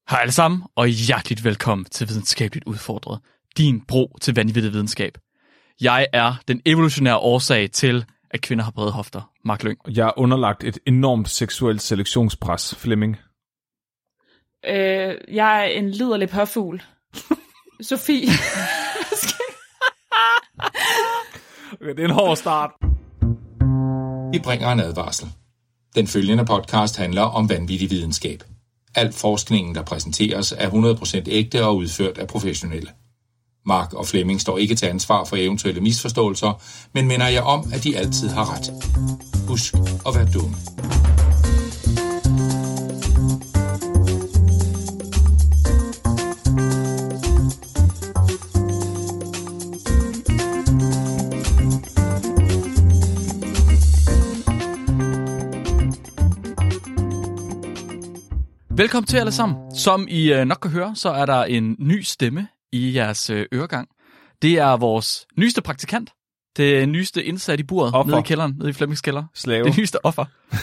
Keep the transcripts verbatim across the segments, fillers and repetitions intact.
Hej alle sammen, og hjerteligt velkommen til Videnskabeligt Udfordret, din bro til vanvittig videnskab. Jeg er den evolutionære årsag til, at kvinder har brede hofter. Mark Lyng. Jeg er underlagt et enormt seksuelt selektionspres. Flemming. Øh, jeg er en liderlig påfugl. Sofie. Okay, det er en hård start. Vi bringer en advarsel. Den følgende podcast handler om vanvittig videnskab. Al forskningen, der præsenteres, er hundrede procent ægte og udført af professionelle. Mark og Flemming står ikke til ansvar for eventuelle misforståelser, men minder jer om, at de altid har ret. Husk at være dumme. Velkommen til alle sammen. Som I øh, nok kan høre, så er der en ny stemme i jeres øh, øregang. Det er vores nyeste praktikant. Det nyeste indsat i buret offer. Nede i kælderen, nede i Flemmings kælder. Slave. Det nyeste offer.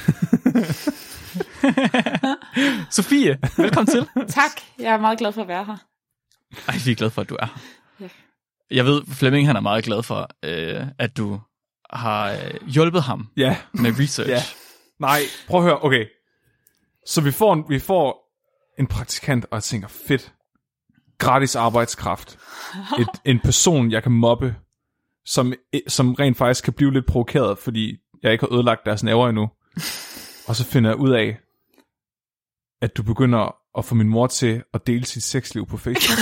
Sofie, velkommen til. Tak, jeg er meget glad for at være her. Ej, vi er glade for, at du er her. Ja. Jeg ved, Flemming han er meget glad for, øh, at du har øh, hjulpet ham ja. med research. Ja. Nej, prøv at høre, okay. Så vi får, en, vi får en praktikant, og jeg tænker, fedt, gratis arbejdskraft. Et, en person, jeg kan mobbe, som, som rent faktisk kan blive lidt provokeret, fordi jeg ikke har ødelagt deres nerver endnu. Og så finder jeg ud af, at du begynder at få min mor til at dele sit sexliv på Facebook.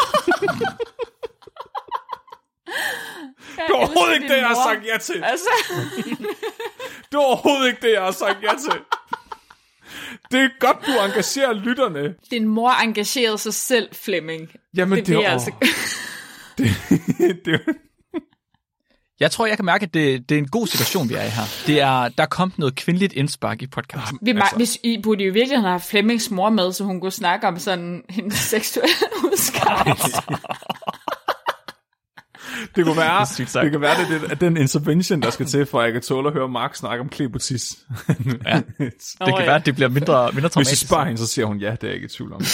Det er overhovedet ikke det, jeg har sagt ja til. Altså. Det er overhovedet ikke det, jeg har sagt ja til. Det er godt, du engagerer lytterne. Din mor engagerede sig selv, Flemming. Jamen, det, det er altså... det, det, Jeg tror, jeg kan mærke, at det, det er en god situation, vi er i her. Det er, der er kommet noget kvindeligt indspark i podcasten. Vi, altså. Hvis I burde jo virkelig have Flemmings mor med, så hun kunne snakke om sådan en seksuel udskabelse. Det kunne være, det, det kan være, det, det er den intervention, der skal til, for at jeg kan tåle at høre Mark snakke om klepotis. Ja. Det oh, kan ja. være, at det bliver mindre, mindre traumatisk. Hvis I spørger hende, så siger hun ja, det er jeg ikke i tvivl om.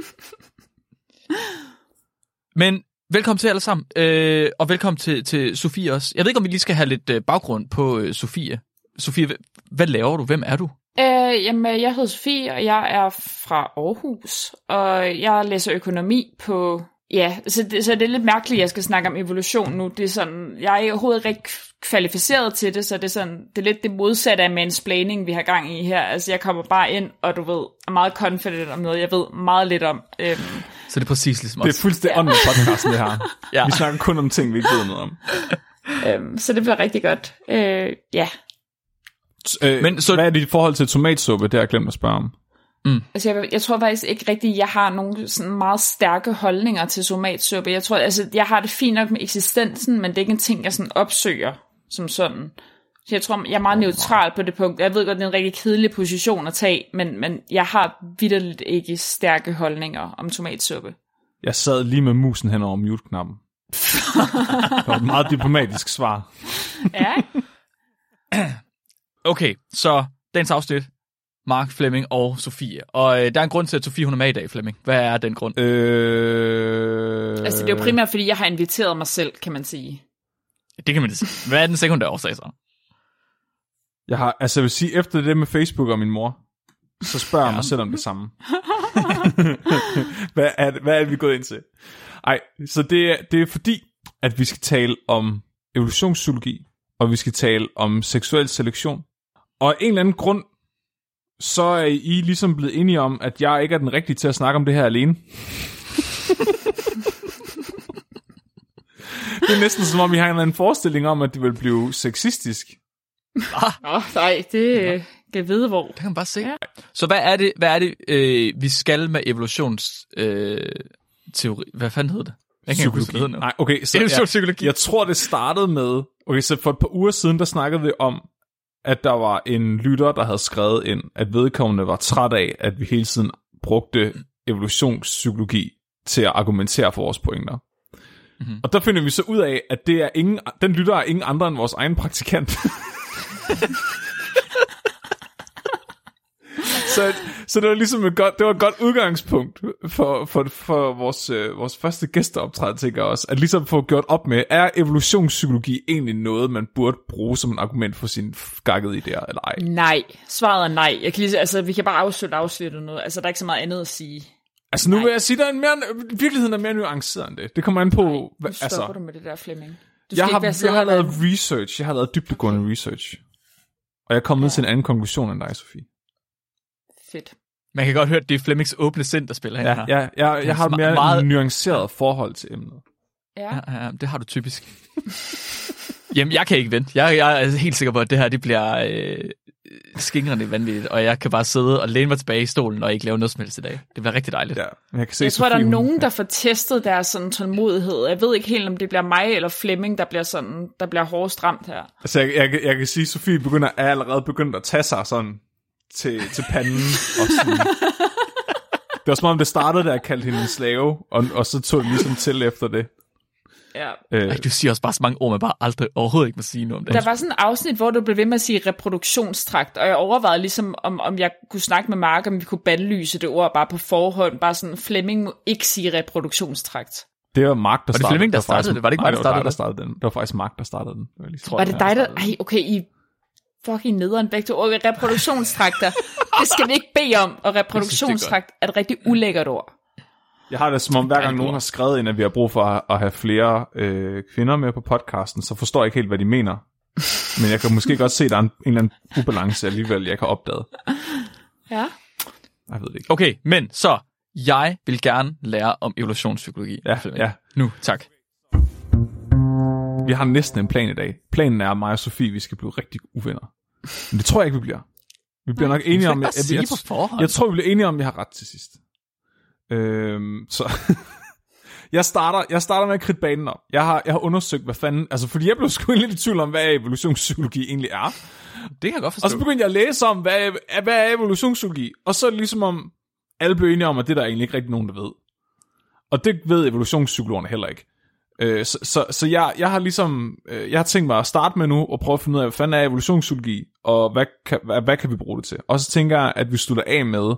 Men velkommen til alle sammen, øh, og velkommen til, til Sofie også. Jeg ved ikke, om vi lige skal have lidt øh, baggrund på øh, Sofie. Sofie, hvad laver du? Hvem er du? Øh, jamen, jeg hedder Sofie, og jeg er fra Aarhus, og jeg læser økonomi på... Ja, så det, så det er lidt mærkeligt, at jeg skal snakke om evolution nu. Det er sådan, jeg er overhovedet ikke kvalificeret til det, så det er, sådan, det er lidt det modsatte af mansplaining, vi har gang i her. Altså, jeg kommer bare ind, og du ved, er meget confident om noget, jeg ved meget lidt om. Øhm. Så det er præcis ligesom os. Det er fuldstændig ånd med podcasten, det her. Ja. Vi snakker kun om ting, vi ikke ved noget om. Øhm, så det bliver rigtig godt. Øh, ja. Øh, Men så... Hvad er dit forhold til tomatsuppe? Det har jeg glemt at spørge om. Mm. Altså jeg, jeg tror faktisk ikke rigtigt, jeg har nogle sådan meget stærke holdninger til tomatsuppe. Jeg tror, altså jeg har det fint nok med eksistensen, men det er ikke en ting, jeg sådan opsøger som sådan. Så jeg tror, jeg er meget neutral på det punkt. Jeg ved godt, det er en rigtig kedelig position at tage, men, men jeg har vitterligt ikke stærke holdninger om tomatsuppe. Jeg sad lige med musen hen over mute-knappen. Det var et meget diplomatisk svar. Ja. Okay, så dagens afsnit. Mark, Flemming og Sofie. Og øh, der er en grund til, at Sofie hun er med i dag, Flemming. Hvad er den grund? Øh... Altså, det er jo primært, fordi jeg har inviteret mig selv, kan man sige. Det kan man sige. Hvad er den sekundære årsag så? Jeg har, altså jeg vil sige, efter det med Facebook og min mor, så spørger jeg ja. mig selv om det samme. hvad, er, hvad er vi gået ind til? Ej, så det er, det er fordi, at vi skal tale om evolutionspsykologi, og vi skal tale om seksuel selektion. Og af en eller anden grund, så er I ligesom blevet enige om, at jeg ikke er den rigtige til at snakke om det her alene. Det er næsten som om, I har en eller anden forestilling om, at det vil blive sexistisk. Åh, oh, nej, det kan vide hvor. Det kan man bare se. Ja. Så hvad er det, hvad er det øh, vi skal med evolutionsteori? Øh, hvad fanden hedder det? Jeg kan Psykologi. Ikke Nej, okay, så jeg, jeg tror, det startede med... Okay, så for et par uger siden, der snakkede vi om, at der var en lytter, der havde skrevet ind, at vedkommende var træt af, at vi hele tiden brugte evolutionspsykologi til at argumentere for vores pointer. Mm-hmm. Og der finder vi så ud af, at det er ingen, den lytter er ingen andre end vores egen praktikant. så, så det var ligesom et godt, det var et godt udgangspunkt for, for, for vores, øh, vores første gæsteoptræden, tænker jeg også. At ligesom få gjort op med, er evolutionspsykologi egentlig noget, man burde bruge som en argument for sine gakkede idéer, eller ej? Nej. Svaret er nej. Jeg kan lige, altså, vi kan bare afslutte afslutte noget. Altså, der er ikke så meget andet at sige. Altså, nu nej. vil jeg sige, at virkeligheden er mere nuanceret end det. Det kommer an på... Nej, nu stopper altså, du med det der, Flemming. Jeg har, jeg har lavet research. Jeg har lavet dybdegående research. Og jeg er kommet ja. til en anden konklusion end dig, Sofie. Fedt. Man kan godt høre, at det er Flemmings åbne sind, der spiller ja, her. Ja, ja jeg, jeg har et mere meget... nuanceret forhold til emnet. Ja. Ja, ja, det har du typisk. Jamen, jeg kan ikke vente. Jeg, jeg er helt sikker på, at det her det bliver øh, skingrende vanvittigt, og jeg kan bare sidde og læne mig tilbage i stolen og ikke lave noget som helst i dag. Det bliver rigtig dejligt. Ja, jeg kan se jeg Sofie, tror, der er nogen, hun... der får testet deres sådan tålmodighed. Jeg ved ikke helt, om det bliver mig eller Flemming, der bliver sådan, der bliver hårdest ramt her. Altså, jeg, jeg, jeg kan sige, at Sofie begynder, er allerede begyndt at tage sig sådan til, til panden. Og sådan. Det var som om, det startede, da jeg kaldte hende en slave, og, og så tog det ligesom til efter det. Ja. Øh. Ej, du siger også bare så mange ord, man bare aldrig overhovedet ikke må sige noget om det. Der var sådan et afsnit, hvor du blev ved med at sige reproduktionstrakt, og jeg overvejede ligesom, om, om jeg kunne snakke med Mark, om vi kunne bandlyse det ord bare på forhånd, bare sådan, Flemming må ikke sige reproduktionstrakt. Det var Mark, der startede. Var det Flemming, der startede det? Var det ikke mig, der startede det? Der startede den. Det var faktisk Mark, der startede den. Var, lige var det dig, der... Ej, okay, I fucking nederen begge to. Okay, reproduktionstrakter. Det skal vi ikke bede om, og reproduktionstrakt er et rigtig ulækkert ord. Jeg har det som om, hver gang nogen har skrevet ind, at vi har brug for at have flere øh, kvinder med på podcasten, så forstår jeg ikke helt, hvad de mener. Men jeg kan måske godt se, at der er en, en eller anden ubalance alligevel, jeg kan opdage. Ja. Jeg ved det ikke. Okay, men så, jeg vil gerne lære om evolutionspsykologi. Ja, ja. Nu, tak. Vi har næsten en plan i dag. Planen er, at mig og Sofie, vi skal blive rigtig uvenner. Men det tror jeg ikke, vi bliver. Vi bliver nok enige om... Jeg, jeg, jeg, jeg, jeg tror, vi bliver enige om, at vi har ret til sidst. Øhm, så jeg starter jeg starter med at kridte banen op. Jeg har jeg har undersøgt hvad fanden, altså fordi jeg blev sgu lidt i tvivl om hvad evolutionspsykologi egentlig er. Det kan jeg godt forstå. Og så begyndte jeg at læse om hvad hvad er evolutionspsykologi, og så ligesom om alle blev enige om at det der er egentlig ikke rigtig nogen der ved. Og det ved evolutionspsykologerne heller ikke. Øh, så så, så jeg jeg har ligesom øh, jeg har tænkt mig at starte med nu og prøve at finde ud af hvad fanden er evolutionspsykologi og hvad kan hvad, hvad kan vi bruge det til. Og så tænker jeg at vi slutter af med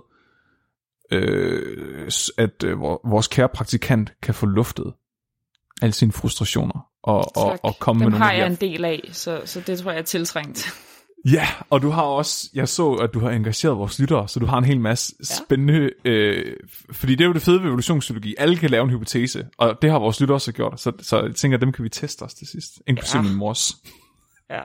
Øh, at øh, vores kære praktikant kan få luftet alle sine frustrationer og, og, og komme Dem med nogle har jeg en del af, så, så det tror jeg er tiltrængt. Ja, og du har også, jeg så, at du har engageret vores lyttere, så du har en hel masse ja. spændende, øh, fordi det er jo det fede ved evolutionspsykologi, alle kan lave en hypotese, og det har vores lyttere også gjort, så, så jeg tænker, at dem kan vi teste os til sidst, inklusive ja. min mors. Ja.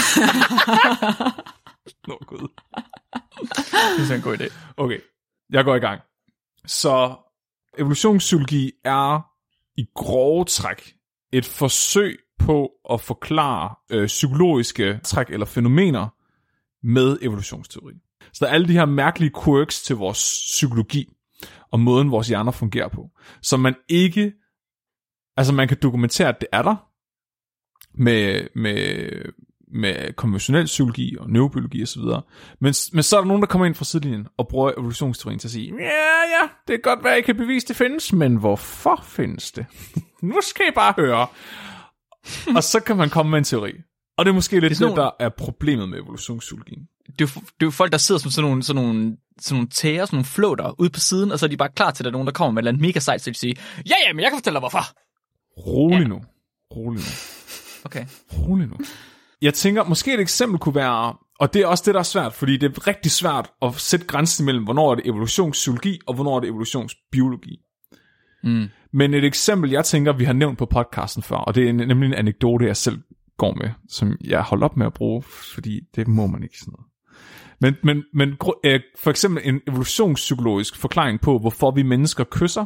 Nå gud. Det er en god idé. Okay. Jeg går i gang. Så evolutionspsykologi er i grove træk et forsøg på at forklare øh, psykologiske træk eller fænomener med evolutionsteori. Så der er alle de her mærkelige quirks til vores psykologi og måden vores hjerner fungerer på, som man ikke, altså man kan dokumentere, at det er der med med med konventionel psykologi og neurobiologi og så videre. Men, men så er der nogen, der kommer ind fra sidelinjen og bruger evolutionsteorien til at sige, ja, ja, det er godt være, I kan bevise, det findes, men hvorfor findes det? Nu skal I bare høre. Og så kan man komme med en teori. Og det er måske lidt det, nogle... der er problemet med evolutionspsykologien. Det er, jo, det er jo folk, der sidder som sådan nogle, sådan nogle, sådan nogle tæer, sådan nogle flåter ude på siden, og så er de bare klar til, at der er nogen, der kommer med et eller andet mega sejt, så de siger, ja, ja, men jeg kan fortælle dig, hvorfor. Rolig ja. nu. Rolig nu. Okay. Rolig nu. Jeg tænker, måske et eksempel kunne være, og det er også det, der er svært, fordi det er rigtig svært at sætte grænsen mellem, hvornår er det evolutionspsykologi, og hvornår er det evolutionsbiologi. Mm. Men et eksempel, jeg tænker, vi har nævnt på podcasten før, og det er nemlig en anekdote, jeg selv går med, som jeg holder op med at bruge, fordi det må man ikke sådan noget. Men, men, men for eksempel en evolutionspsykologisk forklaring på, hvorfor vi mennesker kysser,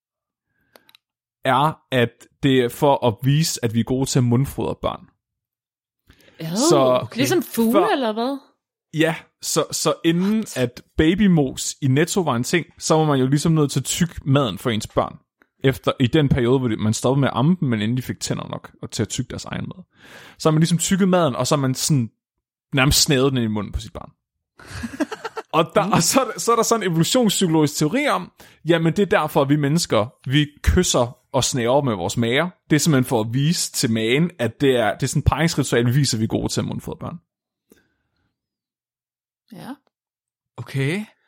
er, at det er for at vise, at vi er gode til at mundfodre børn. Oh, så, okay. Ligesom fugle, for, eller hvad? Ja, så, så inden at babymos i Netto var en ting, så var man jo ligesom nødt til at tygge maden for ens børn. Efter, i den periode, hvor man stoppede med at amme dem, men inden de fik tænder nok, og til at tygge deres egen mad. Så har man ligesom tygget maden, og så har man sådan nærmest snævet den i munden på sit barn. og der, og så, så er der sådan en evolutionspsykologisk teori om, jamen det er derfor, at vi mennesker, vi kysser og snæver med vores mager. Det er simpelthen for at vise til magen, at det er, det er sådan en paringsritual, vi viser, at vi er gode til at mundfodre børn. Ja. Okay.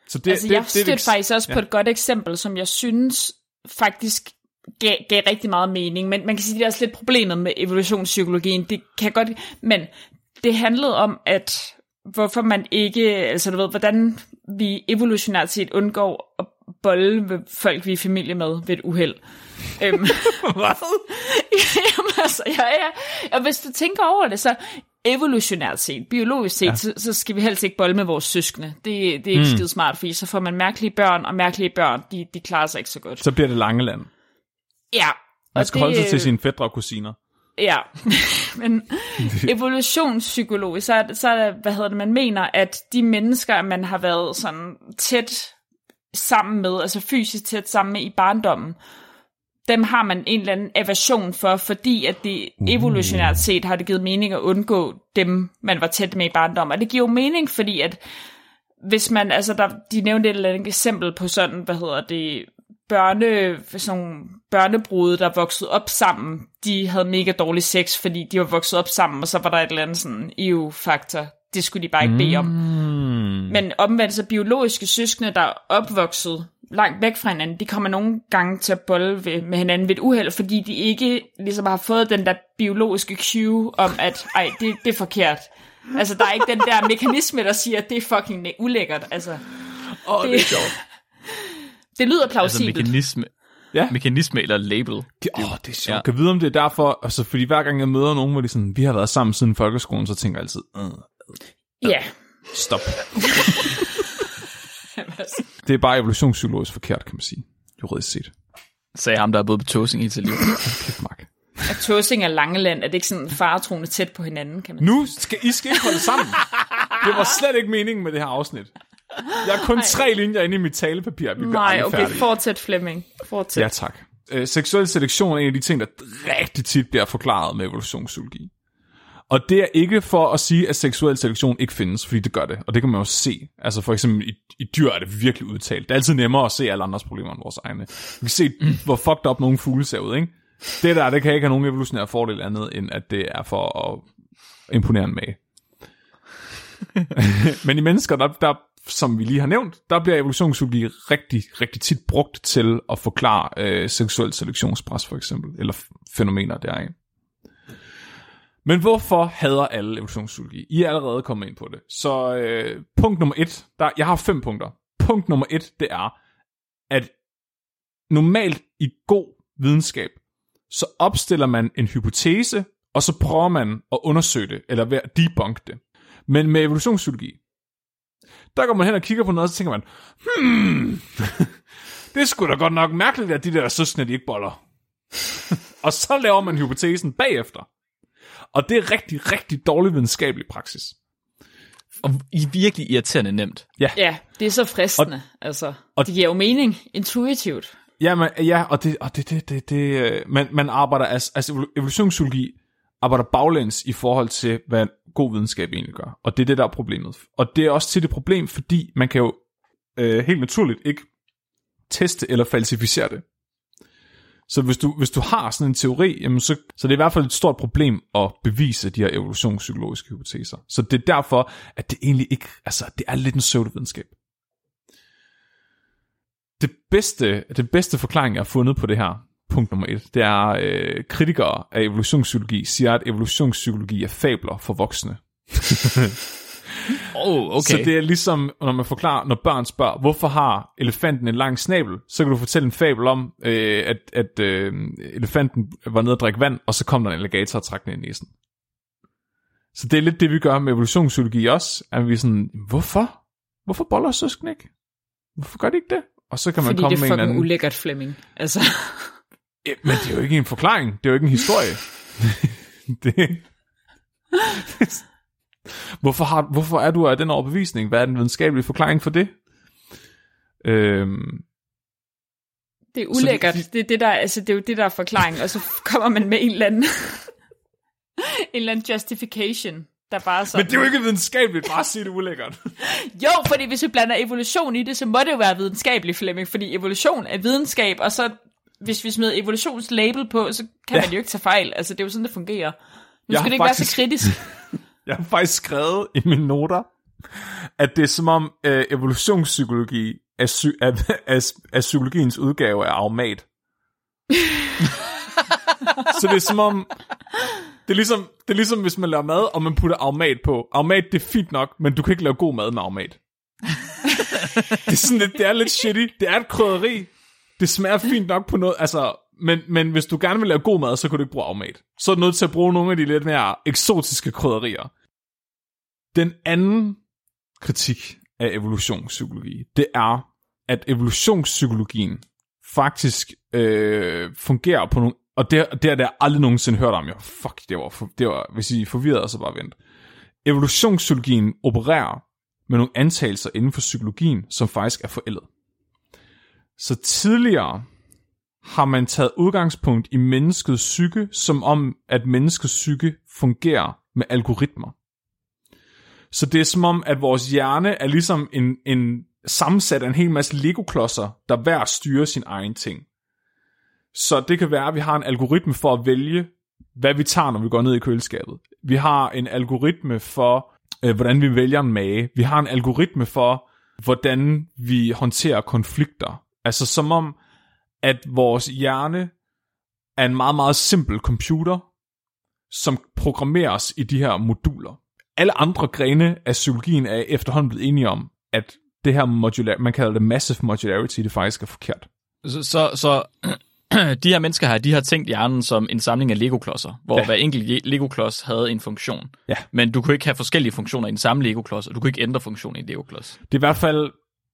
Så det, altså, det, jeg det, det, stødte det, faktisk også ja. på et godt eksempel, som jeg synes faktisk gav, gav rigtig meget mening. Men man kan sige, at det er også lidt problemet med evolutionspsykologien. Det kan godt, men det handlede om, at hvorfor man ikke, altså du ved, hvordan vi evolutionært set undgår at bolle med folk, vi er i familie med ved et uheld. øhm, Hvad? Jamen altså, ja, ja. Og hvis du tænker over det, så evolutionært set, biologisk set, ja. så, så skal vi helst ikke bolle med vores søskende. Det, det er ikke mm. skide smart, fordi så får man mærkelige børn, og mærkelige børn, de, de klarer sig ikke så godt. Så bliver det Langeland. Ja. Man skal det, holde sig til sine fætre og kusiner. Ja, men evolutionspsykologisk, så, er, så er det, hvad hedder det, man mener, at de mennesker, man har været sådan tæt sammen med, altså fysisk tæt sammen med i barndommen, dem har man en eller anden aversion for, fordi at det evolutionært set har det givet mening at undgå dem, man var tæt med i barndommen. Og det giver jo mening, fordi at hvis man, altså der, de nævnte et eller andet eksempel på sådan, hvad hedder det, børne, sådan nogle børnebrude, der voksede op sammen, de havde mega dårlig sex, fordi de var vokset op sammen, og så var der et eller andet sådan E U-faktor. Det skulle de bare ikke bede om. Mm. Men omvendt så biologiske søskende, der er opvokset langt væk fra hinanden, de kommer nogle gange til at bolle ved, med hinanden ved et uheld, fordi de ikke ligesom har fået den der biologiske cue om, at ej, det, det er forkert. Altså, der er ikke den der mekanisme, der siger, at det er fucking ulækkert. Altså, Åh, oh, det, det er sjovt. Det lyder plausibelt. Altså mekanisme, ja. mekanisme eller label. Åh, oh, det er sjovt. Ja. Kan jeg vide, om det er derfor, altså, fordi hver gang jeg møder nogen, hvor de sådan, vi har været sammen siden folkeskolen, så tænker jeg altid, øh, ja. Yeah. Stop. Det er bare evolutionspsykologisk forkert, kan man sige. Juridisk set. Sagde ham, der er både på Tåsing i til liv. Kæft, Mark. At Tåsing og Langeland, er det ikke sådan faretroende tæt på hinanden, kan man Nu skal I skal ikke holde sammen. Det var slet ikke meningen med det her afsnit. Jeg har kun Ej. tre linjer inde i mit talepapir. Vi Nej, okay, færdige. Fortsæt, Flemming. Fortsæt. Ja, tak. Øh, seksuel selektion er en af de ting, der rigtig tit bliver forklaret med evolutionspsykologi. Og det er ikke for at sige, at seksuel selektion ikke findes, fordi det gør det. Og det kan man jo se. Altså for eksempel i, i dyr er det virkelig udtalt. Det er altid nemmere at se alle andres problemer end vores egne. Vi kan se, mm. hvor fucked up nogle fugle ser ud, ikke? Det der, det kan ikke have nogen evolutionær fordel andet, end at det er for at imponere en mage. Men i mennesker, der, der, som vi lige har nævnt, der bliver evolutionspsykologi rigtig, rigtig tit brugt til at forklare øh, seksuel selektionspres, for eksempel. Eller fænomener derinde. Men hvorfor hader alle evolutionspsykologi? I er allerede kommet ind på det. Så øh, punkt nummer et, der, jeg har fem punkter. Punkt nummer et, det er, at normalt i god videnskab, så opstiller man en hypotese, og så prøver man at undersøge det, eller ved at debunke det. Men med evolutionspsykologi, der går man hen og kigger på noget, og så tænker man, hmm, det er sgu da godt nok mærkeligt, at de der søskende, de ikke boller. Og så laver man hypotesen bagefter. Og det er rigtig, rigtig dårlig videnskabelig praksis. Og virkelig irriterende nemt. Ja, ja det er så fristende. Og, altså, og, det giver jo mening intuitivt. Ja, men, ja og det, og det, det, det, det man, man arbejder, altså, altså evolutionspsykologi arbejder baglæns i forhold til, hvad god videnskab egentlig gør. Og det er det, der er problemet. Og det er også til det problem, fordi man kan jo øh, helt naturligt ikke teste eller falsificere det. Så hvis du, hvis du har sådan en teori, jamen så, så det er i hvert fald et stort problem at bevise de her evolutionspsykologiske hypoteser. Så det er derfor, at det egentlig ikke, altså det er lidt en pseudovidenskab. Det bedste, det bedste forklaring, jeg har fundet på det her, punkt nummer et, det er, øh, kritikere af evolutionspsykologi siger, at evolutionspsykologi er fabler for voksne. Oh, okay. Så det er ligesom, når man forklarer, når børn spørger, hvorfor har elefanten en lang snabel, så kan du fortælle en fabel om, øh, at, at øh, elefanten var nede og drikke vand, og så kom der en alligator og trak den ind i næsen. Så det er lidt det, vi gør med evolutionspsykologi også, at vi er sådan, hvorfor? Hvorfor boller søskende ikke? Hvorfor gør de ikke det? Og så kan man Fordi komme det med er en anden... fucking ulækkert, Flemming. Altså... Ja, men det er jo ikke en forklaring, det er jo ikke en historie. det... Hvorfor, har, hvorfor er du af den overbevisning? Hvad er den videnskabelige forklaring for det? Øhm, det er ulækkert. Det, det, er det, der, altså, det er jo det, der er forklaring. Og så kommer man med en eller anden, en eller anden justification, der bare sådan... Men det er jo ikke videnskabeligt, bare at sige det ulækkert. Jo, fordi hvis vi blander evolution i det, så må det jo være videnskabeligt, Flemming. Fordi evolution er videnskab, og så hvis vi smider evolutionslabel på, så kan ja. man jo ikke tage fejl. Altså, det er jo sådan, det fungerer. Nu skal det ikke faktisk... være så kritisk. Jeg har faktisk skrevet i mine noter, at det er som om øh, evolutionspsykologi er, psy- er, er, er psykologiens udgave af Aromat. Så det er som om, det er, ligesom, det er ligesom hvis man laver mad, og man putter Aromat på. Aromat, det er fint nok, men du kan ikke lave god mad med Aromat. Det er sådan lidt, det er lidt shitty. Det er et krydderi. Det smager fint nok på noget, altså, men, men hvis du gerne vil lave god mad, så kan du ikke bruge Aromat. Så er du nødt til at bruge nogle af de lidt mere eksotiske krydderier. Den anden kritik af evolutionspsykologi, det er, at evolutionspsykologien faktisk øh, fungerer på nogle, og det, det har jeg aldrig nogensinde hørt om. Jeg, fuck, det var, for, det var, hvis I er forvirret, så bare vent. Evolutionspsykologien opererer med nogle antagelser inden for psykologien, som faktisk er forældet. Så tidligere har man taget udgangspunkt i menneskets psyke, som om, at menneskets psyke fungerer med algoritmer. Så det er som om, at vores hjerne er ligesom en, en sammensat af en hel masse Lego-klodser, der hver styrer sin egen ting. Så det kan være, at vi har en algoritme for at vælge, hvad vi tager, når vi går ned i køleskabet. Vi har en algoritme for, øh, hvordan vi vælger en mage. Vi har en algoritme for, hvordan vi håndterer konflikter. Altså som om, at vores hjerne er en meget, meget simpel computer, som programmeres i de her moduler. Alle andre grene af psykologien er efterhånden blevet enige om, at det her modular, man kalder det massive modularity, det faktisk er forkert. Så, så, så de her mennesker her, de har tænkt hjernen som en samling af Lego-klodser, hvor ja. hver enkelt Lego-klods havde en funktion. Ja. Men du kunne ikke have forskellige funktioner i den samme Lego-klods, og du kunne ikke ændre funktionen i en Lego-klods. Det er i hvert fald,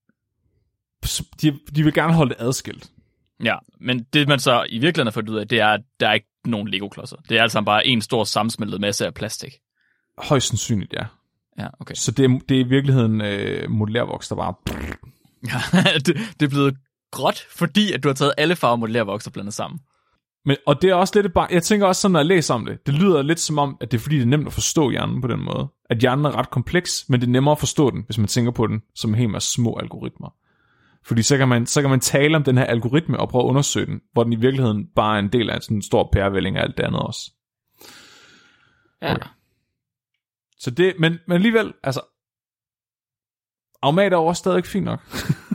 de, de vil gerne holde det adskilt. Ja, men det man så i virkeligheden har fundet ud af, det er, at der er ikke nogen Lego-klodser. Det er altså bare en stor sammensmeltet masse af plastik. Højst sandsynligt, ja. Ja, okay. Så det er, det er i virkeligheden øh, modellervoks, der bare... Ja, det, det er blevet gråt, fordi at du har taget alle farver modellervoks og blandet sammen. Men, og det er også lidt bare... Jeg tænker også sådan, når jeg læser om det, det lyder lidt som om, at det er fordi, det er nemt at forstå hjernen på den måde. At hjernen er ret kompleks, men det er nemmere at forstå den, hvis man tænker på den som en hel masse små algoritmer. Fordi så kan, man, så kan man tale om den her algoritme og prøve at undersøge den, hvor den i virkeligheden bare er en del af sådan en stor pærevælling af alt det andet også. Ja. Okay. Så det, men, men alligevel, altså, Aromat er jo også stadig fint nok.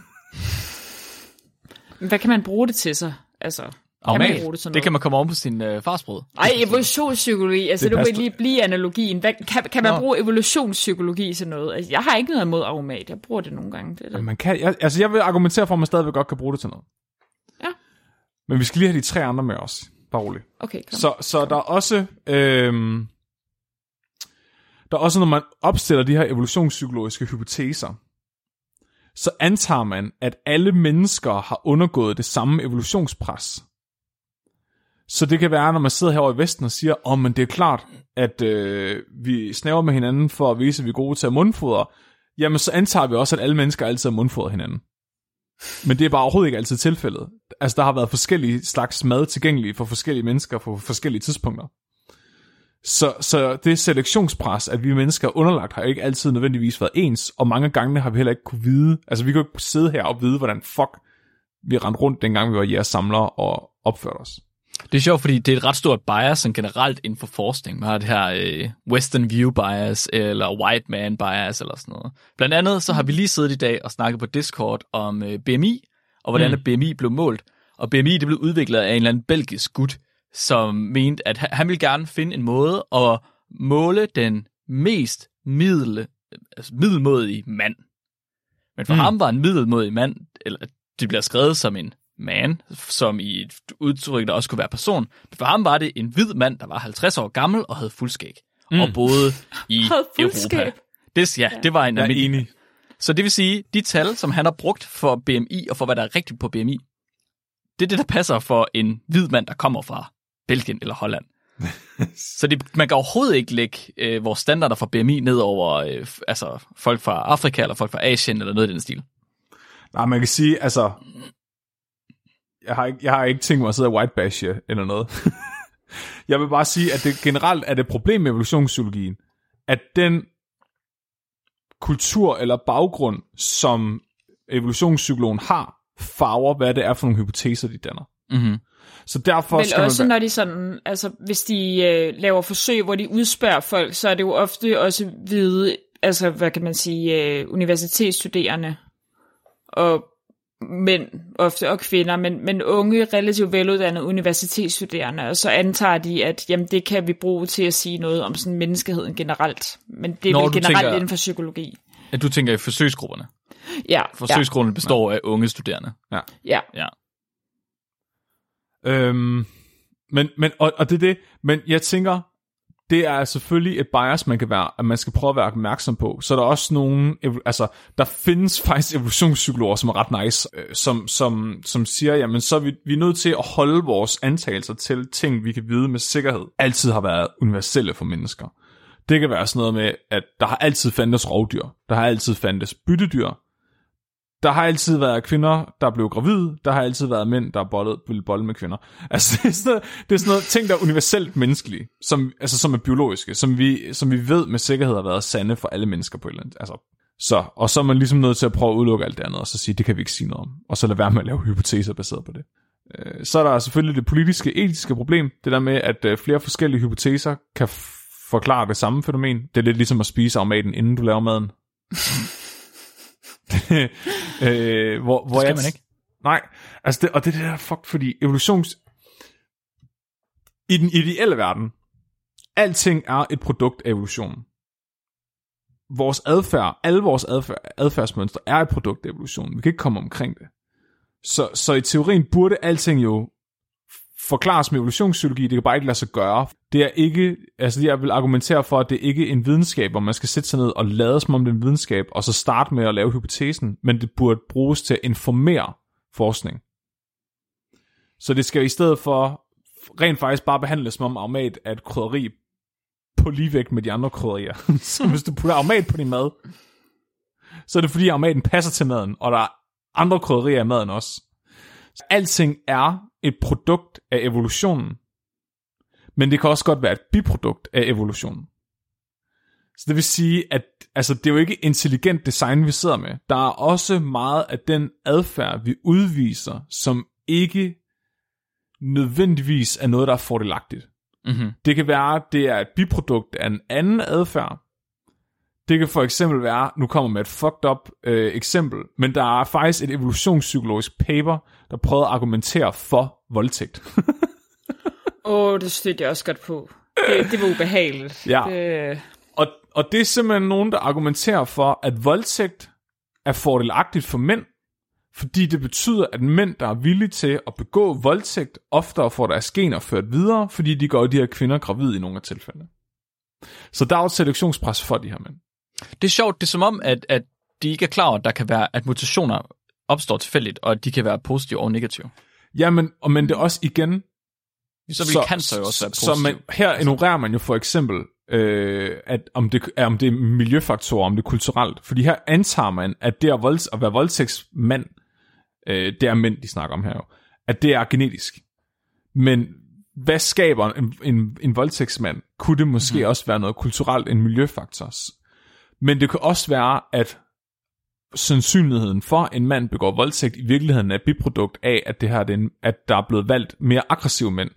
Hvad kan man bruge det til så? Altså, kan man bruge det til noget? Det kan man komme oven på sin øh, farsbrød. Ej, evolutionspsykologi, altså nu vil lige blive analogien. Hvad, kan, kan man Nå. bruge evolutionspsykologi til noget? Altså, jeg har ikke noget imod Aromat, jeg bruger det nogle gange. Det det. Man kan, jeg, altså jeg vil argumentere for, at man stadigvæk godt kan bruge det til noget. Ja. Men vi skal lige have de tre andre med os. Bare roligt. Okay, kom. Så, så der er også... Øhm, Der er også, når man opstiller de her evolutionspsykologiske hypoteser, så antager man, at alle mennesker har undergået det samme evolutionspres. Så det kan være, når man sidder herovre i Vesten og siger, åh, oh, men det er klart, at øh, vi snæver med hinanden for at vise, at vi er gode til at mundfodre. Jamen, så antager vi også, at alle mennesker altid har mundfodret hinanden. Men det er bare overhovedet ikke altid tilfældet. Altså, der har været forskellige slags mad tilgængelige for forskellige mennesker på forskellige tidspunkter. Så, så det selektionspres, at vi mennesker er underlagt, har ikke altid nødvendigvis været ens, og mange gange har vi heller ikke kunne vide, altså vi kan ikke sidde her og vide, hvordan fuck vi rendte rundt, dengang vi var jægersamlere og opførte os. Det er sjovt, fordi det er et ret stort bias, sådan generelt inden for forskning. Man har det her øh, Western View bias, eller White Man bias, eller sådan noget. Blandt andet, så har vi lige siddet i dag og snakket på Discord om øh, B M I, og hvordan mm. B M I blev målt. Og B M I, det blev udviklet af en eller anden belgisk gut, som mente, at han ville gerne finde en måde at måle den mest middel, altså middelmådige mand. Men for mm. ham var en middelmådig mand, eller det bliver skrevet som en man, som i et udtryk, der også kunne være person. Men for ham var det en hvid mand, der var halvtreds år gammel og havde fuldskæg. Mm. Og boede i Europa. Det, ja, det var en almindelig. Så det vil sige, de tal, som han har brugt for B M I, og for hvad der er rigtigt på B M I, det er det, der passer for en hvid mand, der kommer fra Belgien eller Holland. Så det, man kan overhovedet ikke lægge øh, vores standarder for B M I ned over øh, altså, folk fra Afrika, eller folk fra Asien, eller noget i den stil. Nej, man kan sige, altså, jeg har ikke, jeg har ikke tænkt mig at sidde og whitebashe eller noget. Jeg vil bare sige, at det generelt er det et problem med evolutionspsykologien, at den kultur eller baggrund, som evolutionspsykologen har, farver, hvad det er for nogle hypoteser, de danner. Mm-hmm. Så derfor Men skal også man... når de sådan, altså hvis de øh, laver forsøg, hvor de udspørger folk, så er det jo ofte også hvide altså, hvad kan man sige, øh, universitetsstuderende og mænd, ofte og kvinder, men, men unge, relativt veluddannede universitetsstuderende, og så antager de, at jamen, det kan vi bruge til at sige noget om sådan menneskeheden generelt. Men det er Når vel generelt tænker, inden for psykologi. At du tænker i forsøgsgrupperne? Ja. Forsøgsgruppen ja. består af unge studerende? Ja. Ja. ja. Øhm, men, men, og, og det er det, men jeg tænker, det er selvfølgelig et bias, man kan være, at man skal prøve at være opmærksom på. Så er der også nogle, altså, der findes faktisk evolutionspsykologer, som er ret nice, øh, som, som, som siger, jamen, så er vi, vi er nødt til at holde vores antagelser til ting, vi kan vide med sikkerhed, altid har været universelle for mennesker. Det kan være sådan noget med, at der har altid fandtes rovdyr, der har altid fandtes byttedyr, der har altid været kvinder, der blev gravide, der har altid været mænd, der bollet, ville bolle med kvinder. Altså, det er sådan noget, det er sådan noget ting, der er universelt menneskelige, som, altså, som er biologiske, som vi, som vi ved med sikkerhed har været sande for alle mennesker på et eller andet. Altså, så, og så er man ligesom nødt til at prøve at udelukke alt det andet, og så sige, det kan vi ikke sige noget om. Og så lade være med at lave hypoteser baseret på det. Så er der selvfølgelig det politiske, etiske problem, det der med, at flere forskellige hypoteser kan f- forklare det samme fænomen. Det er lidt ligesom at spise aromaten, inden du laver maden. øh, hvor, hvor det skal jeg, man ikke. Nej, altså det, og det er det der fuck, fordi evolutions... I den ideelle verden, alting er et produkt af evolutionen. Vores adfærd, alle vores adfærd, adfærdsmønstre er et produkt af evolutionen. Vi kan ikke komme omkring det. Så, så i teorien burde alting jo forklares med evolutionspsykologi, det kan bare ikke lade sig gøre. Det er ikke, altså jeg vil argumentere for, at det ikke er en videnskab, hvor man skal sætte sig ned og lade som om det er en videnskab, og så starte med at lave hypotesen, men det burde bruges til at informere forskning. Så det skal i stedet for rent faktisk bare behandles som om aromat er et krydderi på ligevægt med de andre krydderier. Så hvis du putter aromat på din mad, så er det fordi aromaten passer til maden, og der er andre krydderier i maden også. Så alting er et produkt af evolutionen, men det kan også godt være et biprodukt af evolutionen. Så det vil sige, at altså, det er jo ikke intelligent design, vi sidder med. Der er også meget af den adfærd, vi udviser, som ikke nødvendigvis er noget, der er fordelagtigt. Mm-hmm. Det kan være, at det er et biprodukt af en anden adfærd. Det kan for eksempel være, nu kommer med et fucked up øh, eksempel, men der er faktisk et evolutionspsykologisk paper, der prøvede at argumentere for voldtægt. Åh, oh, det stødte jeg også godt på. Det, det var ubehageligt. Ja. Det... Og, og det er simpelthen nogen, der argumenterer for, at voldtægt er fordelagtigt for mænd, fordi det betyder, at mænd, der er villige til at begå voldtægt, oftere får deres gener ført videre, fordi de gør de her kvinder gravide i nogle af tilfældene. Så der er jo et selektionspres for de her mænd. Det er sjovt, det er som om, at, at de ikke er klar over, at der kan være, at mutationer opstår tilfældigt, og at de kan være positive og negative. Jamen, og men det er også igen... Så vil cancer jo også være positiv. Så man, her ignorerer man jo for eksempel, øh, at om det, er, om det er miljøfaktorer, om det er kulturelt. Fordi her antager man, at det at, volds, at være voldtægtsmand, øh, det er mænd, de snakker om her jo, at det er genetisk. Men hvad skaber en, en, en voldtægtsmand? Kunne det måske mm. også være noget kulturelt, en miljøfaktor? Men det kan også være, at sandsynligheden for, at en mand begår voldtægt, i virkeligheden er et biprodukt af, at, det her, det er en, at der er blevet valgt mere aggressive mænd.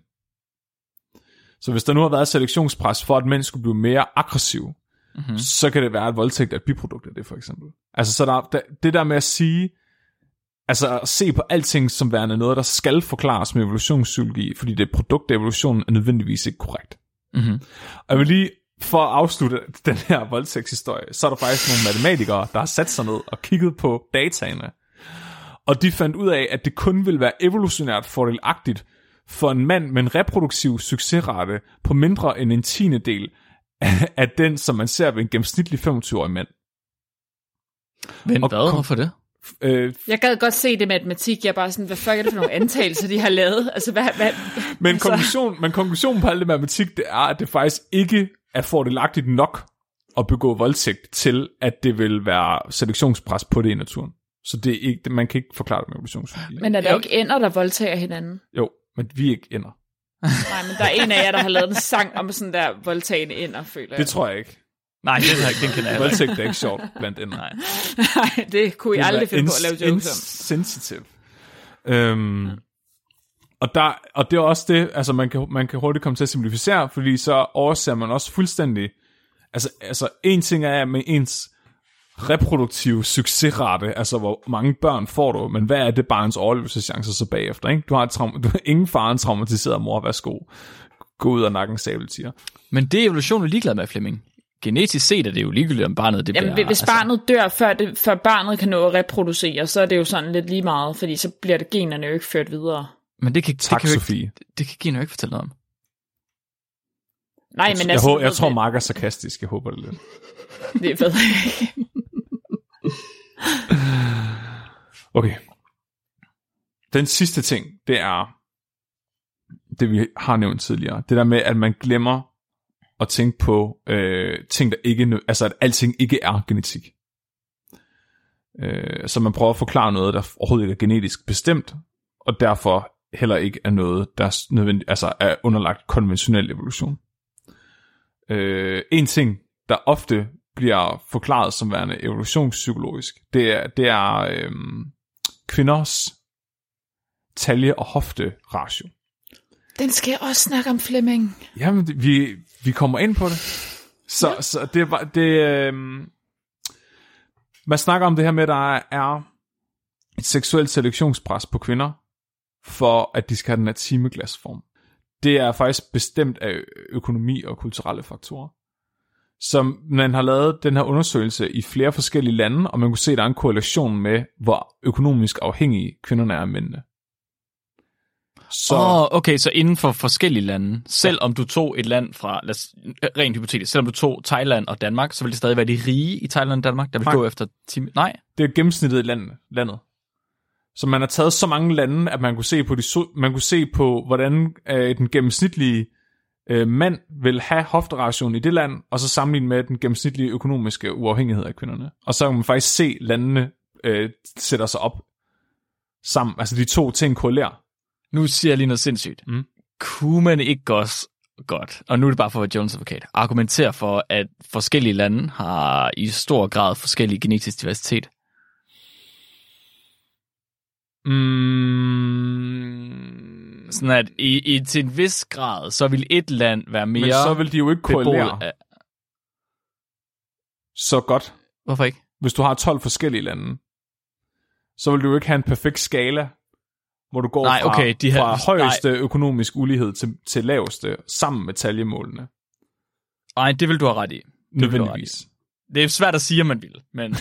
Så hvis der nu har været selektionspres for, at mænd skulle blive mere aggressive, mm-hmm. så kan det være, at voldtægt er et biprodukt af det, for eksempel. Altså, så der, der, det der med at sige, altså at se på alting som værende noget, der skal forklares med evolutionspsykologi, fordi det er et produkt af evolutionen, er nødvendigvis ikke korrekt. Mm-hmm. Og jeg vil lige, for at afslutte den her voldtægtshistorie, så er der faktisk nogle matematikere, der har sat sig ned og kigget på dataene. Og de fandt ud af, at det kun vil være evolutionært fordelagtigt for en mand med en reproduktiv succesrate på mindre end en tiende del af den, som man ser ved en gennemsnitlig femogtyve-årig mand. Men hvad? Hvorfor det? Øh, jeg gad godt se det matematik. Jeg er bare sådan, hvad fuck er det for nogle antagelser, de har lavet? Altså, hvad, hvad, men, altså... konklusion, men konklusionen på alt det matematik, det er, at det faktisk ikke er fordelagtigt nok at begå voldtægt til, at det vil være selektionspres på det i naturen. Så det er ikke, man kan ikke forklare det med evolutionspsykologi. Men er der jo ikke ender, der voldtager hinanden? Jo, men vi er ikke ender. Nej, men der er en af jer, der har lavet en sang om sådan der voldtagende ender, føler jeg. Det tror jeg ikke. Nej, det er ikke, den kan jeg ikke. Voldtægt er ikke sjovt blandt ender. Nej. Nej, det kunne I aldrig finde ins- på at lave jokes om. Insensitive. Øhm, ja. og, der, og det er også det, altså man kan, man kan hurtigt komme til at simplificere, fordi så overser man også fuldstændig, Altså, altså en ting er med ens reproduktive succesrate, altså hvor mange børn får du, men hvad er det barns overlevelseschancer så bagefter, ikke? Du har, et traum- du har ingen far en traumatiseret mor, værsgo. Gå ud af nakken sabeltiger. Men det er evolutionen ligeglad med, Flemming. Genetisk set er det jo ligegyldigt, om barnet det Jamen, bliver... hvis barnet altså... dør, før, det, før barnet kan nå at reproducere, så er det jo sådan lidt lige meget, fordi så bliver det generne jo ikke ført videre. Men det kan, tak, det kan Sofie. Ikke, det kan generne jo ikke fortælle noget om. Nej, jeg, men jeg, altså... jeg, jeg tror, Mark er sarkastisk. Jeg håber det lidt. Det er fedt. Okay. Den sidste ting, det er det, vi har nævnt tidligere. Det der med, at man glemmer at tænke på øh, ting, der ikke... Altså, at alting ikke er genetik. Øh, så man prøver at forklare noget, der overhovedet ikke er genetisk bestemt, og derfor heller ikke er noget, der er, nødvendigt, altså er underlagt konventionel evolution. Øh, en ting, der ofte bliver forklaret som værende evolutionspsykologisk, det er, det er øh, kvinders talje- og hofte-ratio. Den skal jeg også snakke om, Flemming. Jamen, det, vi, vi kommer ind på det. Så, ja. så det var... Det, øh, man snakker om det her med, at der er et seksuelt selektionspres på kvinder, for at de skal have den her timeglasform. Det er faktisk bestemt af økonomi og kulturelle faktorer. Så man har lavet den her undersøgelse i flere forskellige lande, og man kunne se, at der er en korrelation med, hvor økonomisk afhængige kvinderne er af mændene. Så... Oh, okay, så inden for forskellige lande, selv om du tog et land fra, lad os, rent hypotetisk, selvom du tog Thailand og Danmark, så vil det stadig være de rige i Thailand og Danmark, der vil Nej. gå efter time... Nej. Det er gennemsnittet i landet. landet. Så man har taget så mange lande, at man kunne se på, de, man kunne se på hvordan øh, den gennemsnitlige øh, mand vil have hofteration i det land, og så sammenligne med den gennemsnitlige økonomiske uafhængighed af kvinderne. Og så kan man faktisk se, at landene øh, sætter sig op sammen. Altså de to ting korrelerer. Nu siger jeg lige noget sindssygt. Mm. Kunne man ikke også godt, og nu er det bare for at være Jones advokat, argumentere for, at forskellige lande har i stor grad forskellig genetisk diversitet? Mm. Sådan at i, i, til en vis grad, så vil et land være mere... Men så vil de jo ikke korrelere af... så godt. Hvorfor ikke? Hvis du har tolv forskellige lande, så vil du jo ikke have en perfekt skala, hvor du går nej, fra, okay, de her, fra højeste nej. økonomisk ulighed til, til laveste, sammen med taljemålene. Nej, det vil du have ret i. Nødvendigvis. Det er svært at sige, om man vil, men...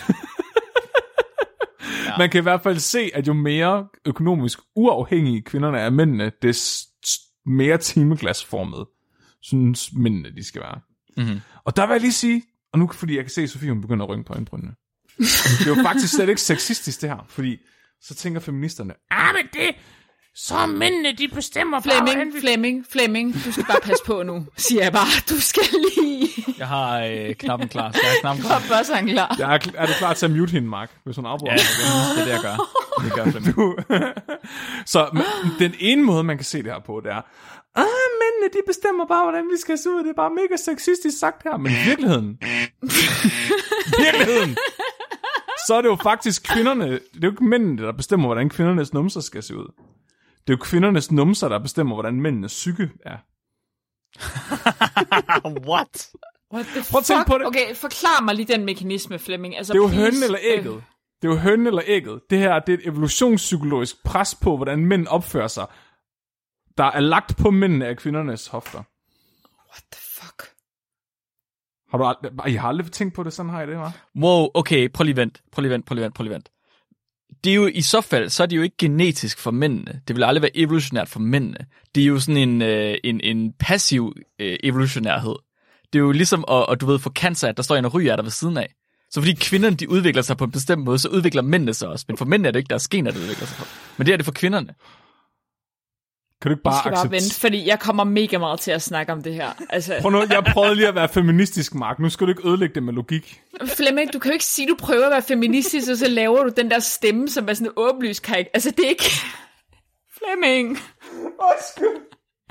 ja. Man kan i hvert fald se, at jo mere økonomisk uafhængige kvinderne er mændene, des mere timeglasformet synes mændene, de skal være. Mm-hmm. Og der vil jeg lige sige, og nu fordi jeg kan se, at Sofie hun begynder at rynke på øjenbrynene. Det er jo faktisk slet ikke sexistisk det her, fordi så tænker feministerne, ah, men det, så mændene, de bestemmer Flemming, bare... Vi... Flemming, Flemming, du skal bare passe på nu, siger jeg bare, du skal lige... Jeg har øh, knappen klar, jeg har knappen klar. Hvor er klar? Jeg er, er du klar til at mute hende, Mark, hvis hun afbryder? Ja, det er det, jeg gør. Det gør Flemming. Du... så men, den ene måde, man kan se det her på, det er, ah, mændene, de bestemmer bare, hvordan vi skal se ud. Det er bare mega sexistisk sagt her, men i virkeligheden... virkeligheden... så er det jo faktisk kvinderne, det er jo ikke mændene, der bestemmer, hvordan kvindernes numser skal se ud. Det er jo kvindernes numser, der bestemmer, hvordan mændenes psyke er. What? What the fuck? Prøv på det. Okay, forklar mig lige den mekanisme, Flemming. Altså, det er jo please. hønnen eller ægget. Det er jo hønnen eller ægget. Det her det er et evolutionspsykologisk pres på, hvordan mænd opfører sig, der er lagt på mændene af kvindernes hofter. What the fuck? Har du aldrig, I har aldrig tænkt på det, sådan har I det, hva'? Wow, okay, prøv lige vent, prøv lige vent, prøv lige vent, prøv lige vent. Det er jo i så fald, så er det jo ikke genetisk for mændene. Det vil aldrig være evolutionært for mændene. Det er jo sådan en, øh, en, en passiv øh, evolutionærhed. Det er jo ligesom at, at du ved, få cancer, at der står en og ryger der ved siden af. Så fordi kvinderne, de udvikler sig på en bestemt måde, så udvikler mændene sig også. Men for mændene er det ikke deres gener, der udvikler sig på. Men det er det for kvinderne. Kan du ikke bare jeg skal bare vente, fordi jeg kommer mega meget til at snakke om det her. Altså... Prøv nu, jeg prøvede lige at være feministisk, Mark. Nu skal du ikke ødelægge det med logik. Flemming, du kan jo ikke sige, du prøver at være feministisk, og så laver du den der stemme, som er sådan en åbenlyst karik. Altså, det er ikke... Flemming. Undskyld.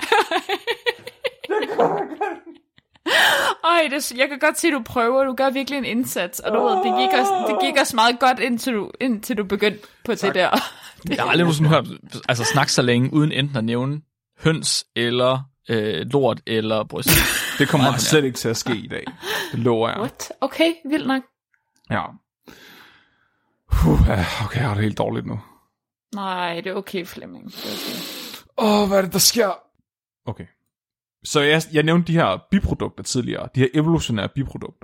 Det går ikke. Ej, det, jeg kan godt se, at du prøver. Du gør virkelig en indsats. Og du ved, det gik også, det gik også meget godt, indtil du, indtil du begyndte på tak. Det der. Jeg har aldrig nogensinde hørt altså, snakke så længe, uden enten at nævne høns eller øh, lort eller bryst. Det kommer slet ikke til at ske i dag. Det lover jeg. What? Okay, vildt nok. Ja. Uh, okay, jeg har det helt dårligt nu. Nej, det er okay, Flemming. Det er okay. Åh, oh, hvad er det, der sker? Okay. Så jeg, jeg nævnte de her biprodukter tidligere. De her evolutionære biprodukter.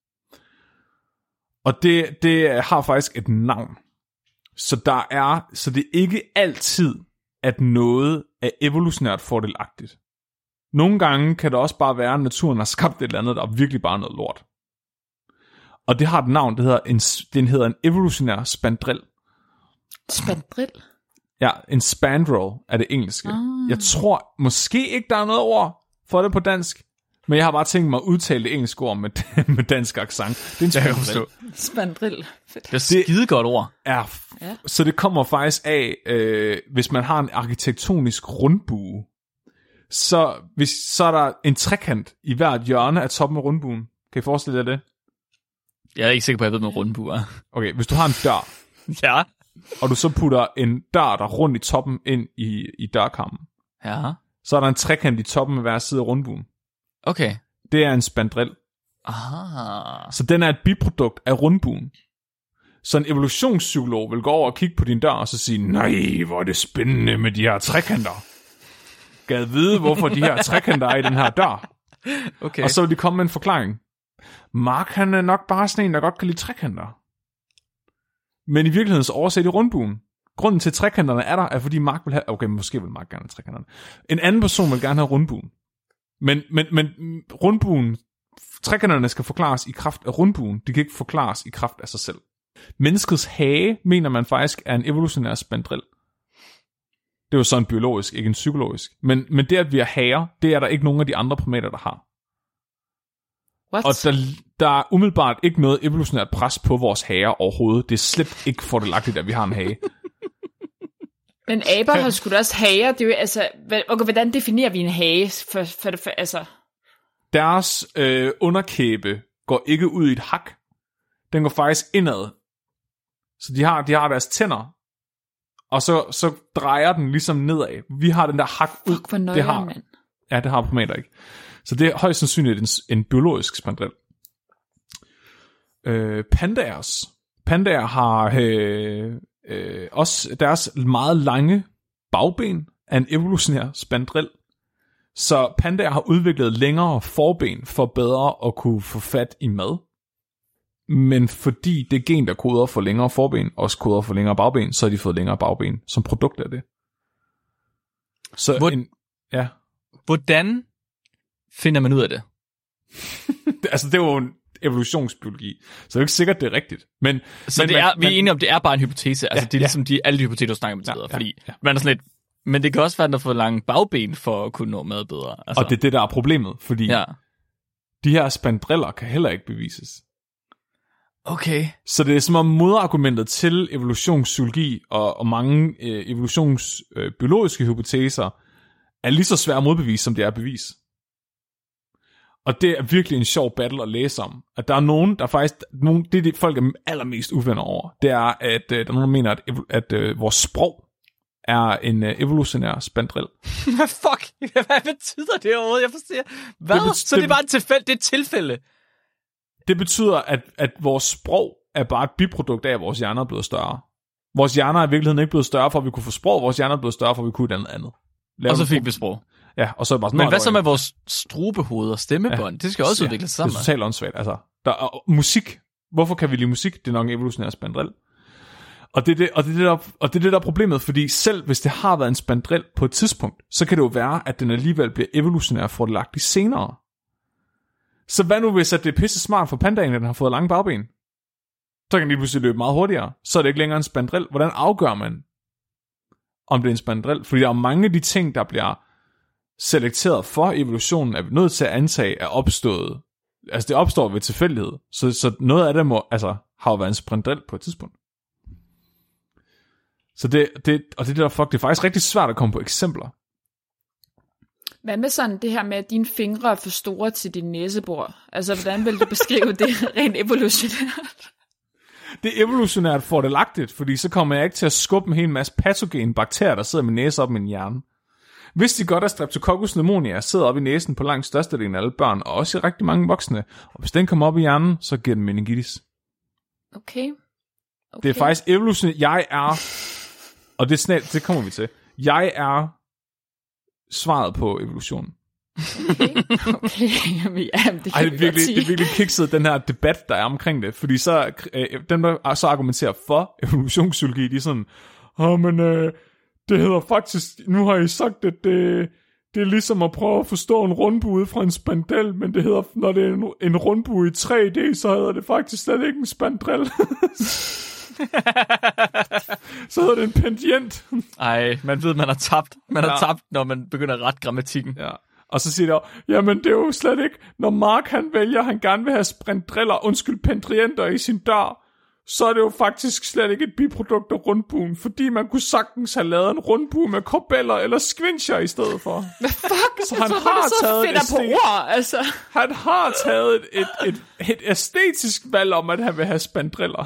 Og det, det har faktisk et navn. Så der er, så det er ikke altid, at noget er evolutionært fordelagtigt. Nogle gange kan det også bare være, at naturen har skabt et eller andet, der er virkelig bare noget lort. Og det har et navn, det hedder en, den hedder en evolutionær spandrel. Spandrel? Ja, en spandrel er det engelske. Ah. Jeg tror måske ikke, der er noget ord for det på dansk, men jeg har bare tænkt mig at udtale det engelske ord med, med dansk accent. Det er en spandrel. Spandrel. Fedt. Det er skide godt ord. Ja, ja. Så det kommer faktisk af, øh, hvis man har en arkitektonisk rundbue, så, hvis, så er der en trekant i hvert hjørne af toppen af rundbuen. Kan I forestille jer det? Jeg er ikke sikker på, at jeg ved, hvad rundbue er. Okay, hvis du har en dør, ja. og du så putter en dør, der rundt i toppen ind i, i dørkarmen, ja. så er der en trekant i toppen af hver side af rundbuen. Okay. Det er en spandrel. Aha. Så den er et biprodukt af rundbuen. Så en evolutionspsykolog vil gå over og kigge på din dør og så sige, nej, hvor er det spændende med de her trekanter. Gad vide, hvorfor de her trekanter er i den her dør. Okay. Og så vil de komme med en forklaring. Mark, han er nok bare sådan en, der godt kan lide trekanter. Men i virkelighedens overset i rundbuen. Grunden til, at trekanterne er der, er fordi Mark vil have... Okay, måske vil Mark gerne have trekanterne. En anden person vil gerne have rundbuen. Men, men, men rundbuen... Trekanterne skal forklares i kraft af rundbuen. De kan ikke forklares i kraft af sig selv. Menneskets hage, mener man faktisk, er en evolutionær spandrel. Det er jo sådan biologisk, ikke en psykologisk. Men, men det, at vi har hager, det er der ikke nogen af de andre primater, der har. What? Og der, der er umiddelbart ikke noget evolutionært pres på vores hager overhovedet. Det er slet ikke fordelagtigt, at vi har en hage. Men aber har sgu da også hager. Det er jo, altså, okay, hvordan definerer vi en hage? For, for, for, altså... Deres øh, underkæbe går ikke ud i et hak. Den går faktisk indad. Så de har, de har deres tænder, og så, så drejer den ligesom nedad. Vi har den der hak ud. Fuck, hvor nøjere, det har, mand. Ja, det har primater ikke. Så det er højst sandsynligt en, en biologisk spandrel. Øh, pandaers. Pandaer har øh, øh, også deres meget lange bagben af en evolutionær spandrel. Så pandaer har udviklet længere forben for bedre at kunne få fat i mad. Men fordi det gen, der koder for længere forben, også koder for længere bagben, så har de fået længere bagben som produkt af det. Så Hvor, en, ja. Hvordan finder man ud af det? Altså, det er jo en evolutionsbiologi, så det er jo ikke sikkert, det er rigtigt. Men, så men, det er, men, vi er enige om, det er bare en hypotese. Altså, ja, det er ligesom ja. de, alle de hypoteser, du snakker om, ja, ja, fordi ja. man er sådan lidt, men det kan også være, at der får lange bagben for at kunne nå mad bedre. Altså. Og det er det, der er problemet, fordi ja. de her spandreller kan heller ikke bevises. Okay. Så det er som om modargumentet til evolutionspsykologi og, og mange øh, evolutionsbiologiske øh, hypoteser er lige så svære at modbevise, som det er at bevise. Og det er virkelig en sjov battle at læse om. At der er nogen, der faktisk... Nogen, det er det, folk er allermest uvenner over. Det er, at øh, der er nogen, der mener, at, at øh, vores sprog er en øh, evolutionær spandrel. Hvad fuck? Hvad betyder det overhovedet? Jeg forstår. Hvad? Det bet- så det er bare et tilfælde? Det er et tilfælde? Det betyder, at, at vores sprog er bare et biprodukt af, at vores hjerner er blevet større. Vores hjerner er i virkeligheden ikke blevet større, for at vi kunne få sprog. Vores hjerner er blevet større, for at vi kunne et andet andet. Lave og så fik vi sprog. Ja, og så er det bare sådan, men hvad så med vores strubehoved og stemmebånd? Ja, det skal også ja, udvikle sig sammen. Det er totalt åndssvagt. Altså, der er, musik. Hvorfor kan vi lide musik? Det er nok en evolutionær spandrel. Og det er det, og det, er det, der, og det er det, der er problemet, fordi selv hvis det har været en spandrel på et tidspunkt, så kan det jo være, at den alligevel bliver evolutionær fordelagtig senere. Så hvad nu, hvis at det er pisse smart for pandaen, at den har fået lange bagben? Så kan den lige pludselig løbe meget hurtigere. Så er det ikke længere en spandrel. Hvordan afgør man, om det er en spandrel? Fordi der er mange af de ting, der bliver selekteret for evolutionen, er vi nødt til at antage er opstået. Altså det opstår ved tilfældighed. Så, så noget af det må, altså, har jo været en spandrel på et tidspunkt. Så det, det, og det der fuck, det er faktisk rigtig svært at komme på eksempler. Hvad med sådan det her med, at dine fingre er for store til din næsebor? Altså, hvordan vil du beskrive det rent evolutionært? Det er evolutionært fordelagtigt, fordi så kommer jeg ikke til at skubbe en hel masse patogen bakterier, der sidder med næse op i min hjerne. Vidste I godt, at Streptococcus pneumoniae sidder op i næsen på langt størstedelen af alle børn, og også i rigtig mange voksne. Og hvis den kommer op i hjernen, så giver den meningitis. Okay. okay. Det er faktisk evolution. Jeg er, og det, snart, det kommer vi til, jeg er svaret på evolution. Okay, okay. Jamen, jamen, det kan Ej, det er vi virkelig, godt sige. det er virkelig kikset, den her debat, der er omkring det. Fordi så, øh, den der så argumenterer for evolutionspsykologi, de er sådan, åh, men øh, det hedder faktisk, nu har I sagt, at det, det er ligesom at prøve at forstå en rundbue fra en spandrel, men det hedder, når det er en, en rundbue i tre D, så hedder det faktisk slet ikke en spandrel. Så hedder det en pendient. Ej, man ved, man har tabt. Man har Ja. tabt, når man begynder at rette grammatikken. Ja. Og så siger de, jamen det er jo slet ikke, når Mark han vælger, han gerne vil have sprintdriller, undskyld, pendrienter i sin dør, så er det jo faktisk slet ikke et biprodukt af rundbuen, fordi man kunne sagtens have lavet en rundbue med korbeller eller squincher i stedet for. Hvad fuck? Så han så, har så taget finder et på sted. ord, altså. Han har taget et, et, et, et æstetisk valg om, at han vil have spandriller.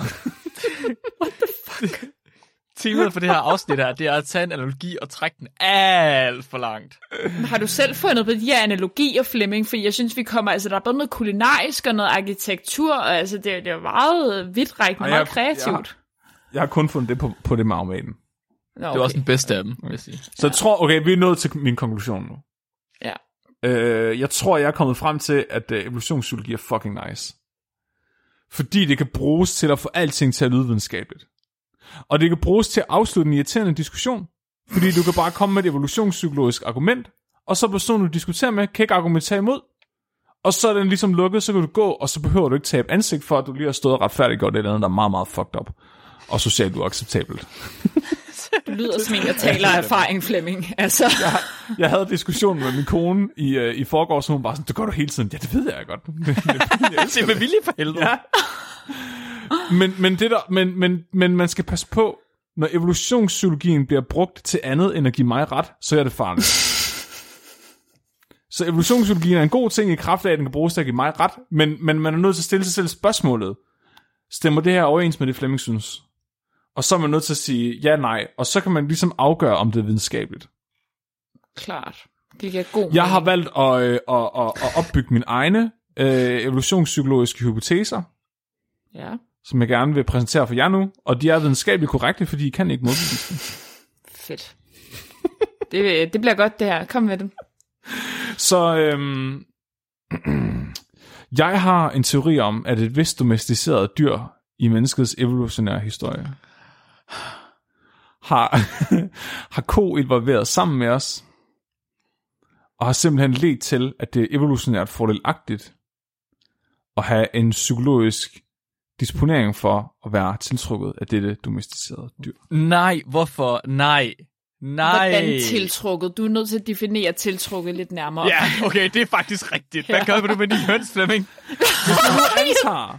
Temaet for det her afsnit her, det er at tage en analogi og trække den alt for langt. Har du selv fundet på de her analogier, Flemming? For jeg synes, vi kommer, altså der er både noget kulinarisk og noget arkitektur, og altså det, det er meget vidtrækkende, Ej, meget jeg- kreativt. Jeg har kun fundet det på, på det med automaten. Nå, Det er også den bedste af dem, vil jeg sige. Så jeg tror, okay, vi er nået til min konklusion nu. Ja. Øh, jeg tror, jeg er kommet frem til, at uh, evolutionspsykologi er fucking nice. Fordi det kan bruges til at få alting til at lyde videnskabeligt. Og det kan bruges til at afslutte en irriterende diskussion. Fordi du kan bare komme med et evolutionspsykologisk argument, og så personen, du diskuterer med, kan ikke argumentere imod. Og så er den ligesom lukket, så kan du gå, og så behøver du ikke tabe ansigt for, at du lige har stået og retfærdiggjort det eller andet, der er meget, meget fucked up. Og socialt uacceptabelt. Du lyder som en, der taler af erfaring, Flemming. Altså. Jeg, jeg havde diskussion med min kone i, uh, i forgårs, så hun bare sådan, det gør du hele tiden. Ja, det ved jeg godt. Det, det, Det er med vilje for helvede. Ja. Men, men, det der, men, men, men man skal passe på, når evolutionspsykologien bliver brugt til andet end at give mig ret, så er det farligt. Så evolutionspsykologien er en god ting i kraft af, at den kan bruges til at give mig ret, men, men man er nødt til at stille sig selv spørgsmålet. Stemmer det her overens med det, Flemming synes? Og så er man nødt til at sige ja, nej, og så kan man ligesom afgøre, om det er videnskabeligt. Klart. Det giver god Jeg har mening. valgt at, øh, at, at, at opbygge mine egne øh, evolutionspsykologiske hypoteser, Ja. som jeg gerne vil præsentere for jer nu, og de er videnskabeligt korrekte, fordi I kan ikke modbevise dem. Fedt. Det, det bliver godt, det her. Kom med dem. Så øhm, jeg har en teori om, at et vist domesticeret dyr i menneskets evolutionære historie har, har ko involveret sammen med os, og har simpelthen ledt til, at det er evolutionært fordelagtigt at have en psykologisk disponering for at være tiltrukket af dette domesticerede dyr. Nej, hvorfor? Nej. Nej. Hvordan tiltrukket? Du er nødt til at definere tiltrukket lidt nærmere. Ja, okay, det er faktisk rigtigt. Hvad gør du med de høns, Flemming? Antager,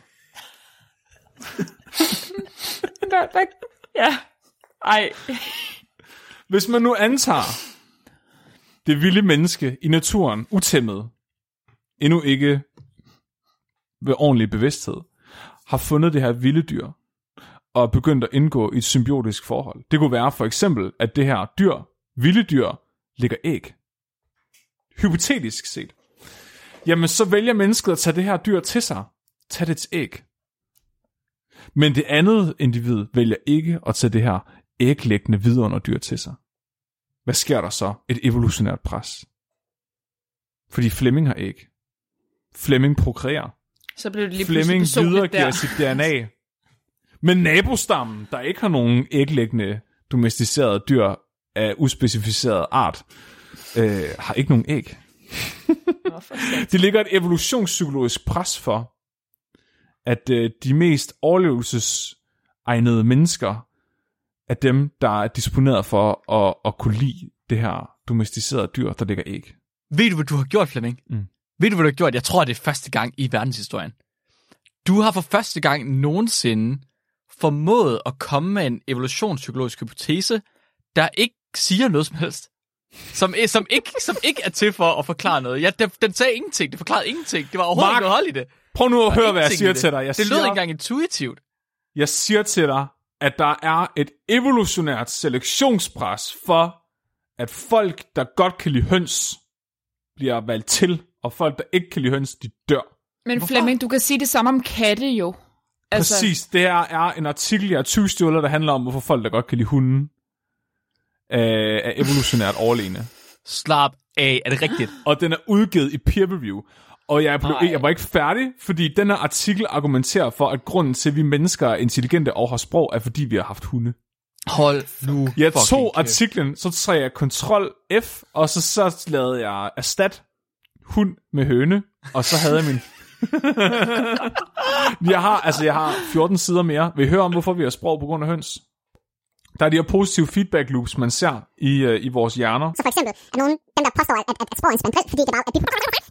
Hvad- hvad- Ja. Ej. hvis man nu antager det vilde menneske i naturen, utæmmet, endnu ikke ved ordentlig bevidsthed, har fundet det her vilde dyr, og er begyndt at indgå i et symbiotisk forhold. Det kunne være for eksempel, at det her dyr, vilde dyr, lægger æg. Hypotetisk set. Jamen, så vælger mennesket at tage det her dyr til sig. Tag dets æg. Men det andet individ vælger ikke at tage det her æglæggende vidunderdyr til sig. Hvad sker der så? Et evolutionært pres. Fordi Flemming har æg. Flemming prokreerer. Så blev det lige pludselig Flemming personligt videregiver der. sit D N A. Men nabostammen, der ikke har nogen æglæggende domesticerede dyr af uspecificeret art, øh, har ikke nogen æg. Nå, for satan. Det ligger et evolutionspsykologisk pres for, at øh, de mest overlevelsesegnede mennesker er dem, der er disponeret for at, at kunne lide det her domesticerede dyr, der lægger æg. Ved du, hvad du har gjort, Flemming? Mm. Ved du, hvad du har gjort? Jeg tror, det er første gang i verdenshistorien. Du har for første gang nogensinde formået at komme med en evolutionspsykologisk hypotese, der ikke siger noget som helst. Som, som, ikke, som ikke er til for at forklare noget. Ja, den, den sagde ingenting. Det forklarede ingenting. Det var overhovedet Mark, ikke noget hold i det. Prøv nu at høre, hvad jeg Ingenting siger i det. til dig. Jeg Det siger, lød ikke engang intuitivt. Jeg siger til dig, at der er et evolutionært selektionspres for, at folk, der godt kan lide høns, bliver valgt til, og folk, der ikke kan lide høns, de dør. Men Flemming, du kan sige det samme om katte jo. Altså... Præcis, det her er en artikel, jeg har tyve stjåler, der handler om, hvorfor folk, der godt kan lide hunden, øh, er evolutionært overlegne. Slap af, er det rigtigt? Og den er udgivet i peer review. Og jeg, blev, jeg var ikke færdig, fordi den her artikel argumenterer for, at grunden til, at vi mennesker er intelligente og har sprog, er fordi vi har haft hunde. Hold nu. Jeg tog artiklen, så træder jeg Ctrl F, og så, så lavede jeg erstat hund med høne, og så havde jeg min... jeg har altså jeg har fjorten sider mere. Vil I høre om, hvorfor vi har sprog på grund af høns? Der er de her positive feedback loops, man ser i, uh, i vores hjerner. Så for eksempel er nogen, dem der påstår, at, at, at sprog er en spandrel, fordi det er bare... At de...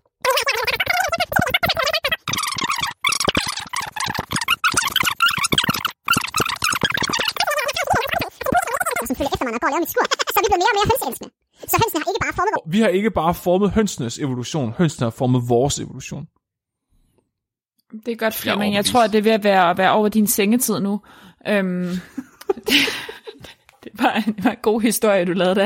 som følger efter mig, når jeg går og laver mit skur, så er vi blevet mere og mere hønseelskende. Så hønsene har ikke bare formet... Vi har ikke bare formet hønsenes evolution, hønsene har formet vores evolution. Det er godt, Flemming. Jeg, jeg tror, at det er ved at være, at være over din sengetid nu. Øhm, det, det, var en, det var en god historie, du lavede der.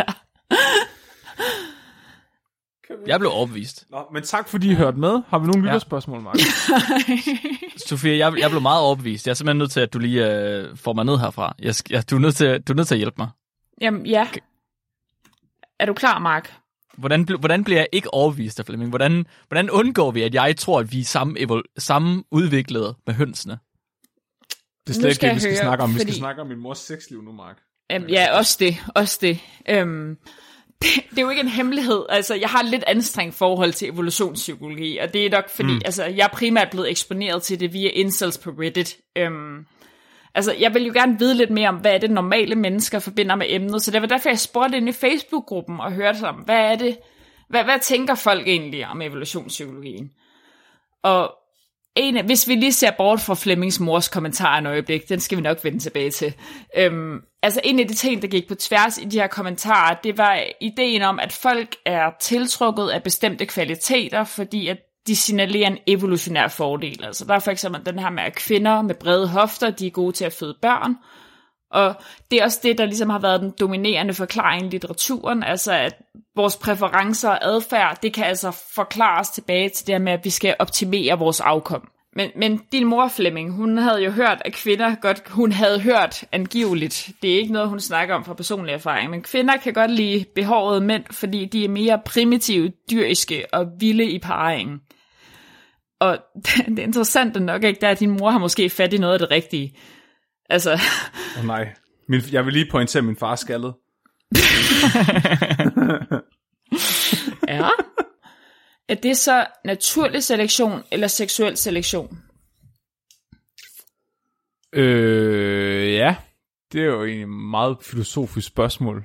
Jeg blev overbevist. Nå, men tak fordi I hørte med. Har vi nogle lytterspørgsmål, Mark? Sofie, jeg, jeg blev meget overbevist. Jeg er simpelthen nødt til, at du lige øh, får mig ned herfra. Jeg, jeg, du, er nødt til, du er nødt til at hjælpe mig. Jamen, ja. Er du klar, Mark? Hvordan, hvordan bliver jeg ikke overbevist af Flemming? Hvordan, hvordan undgår vi, at jeg tror, at vi er samme, evol- samme udviklede med hønsene? Det er slet ikke det, vi skal høre, snakke om. Vi fordi... skal snakke om min mors sexliv nu, Mark. Øhm, ja, også det. Også det. Øhm, det. Det er jo ikke en hemmelighed. Altså, jeg har et lidt anstrengt forhold til evolutionspsykologi, og det er nok fordi, mm. altså, jeg er primært blevet eksponeret til det via incels på Reddit. Øhm, altså, jeg vil jo gerne vide lidt mere om, hvad er det normale mennesker forbinder med emnet, så det var derfor, jeg spurgte ind i Facebook-gruppen og hørte om, hvad er det, hvad, hvad tænker folk egentlig om evolutionspsykologien? Og en, hvis vi lige ser bort fra Flemmings mors kommentar en øjeblik, den skal vi nok vende tilbage til. Øhm, altså en af de ting, der gik på tværs i de her kommentarer, det var ideen om, at folk er tiltrukket af bestemte kvaliteter, fordi at de signalerer en evolutionær fordel. Altså der er for eksempel den her med, at kvinder med brede hofter, de er gode til at føde børn. Og det er også det, der ligesom har været den dominerende forklaring i litteraturen, altså at vores præferencer og adfærd, det kan altså forklares tilbage til det her med, at vi skal optimere vores afkom. Men, men din mor, Flemming, hun havde jo hørt, at kvinder godt, hun havde hørt angiveligt, det er ikke noget, hun snakker om fra personlig erfaring, men kvinder kan godt lide behårede mænd, fordi de er mere primitive, dyriske og vilde i parringen. Og det interessante nok ikke, der er, at din mor har måske fat i noget af det rigtige. Altså... Åh oh, nej. Min, jeg vil lige pointere, at min far er skaldet. Ja. Er det så naturlig selektion eller seksuel selektion? Øh, ja. Det er jo egentlig et meget filosofisk spørgsmål.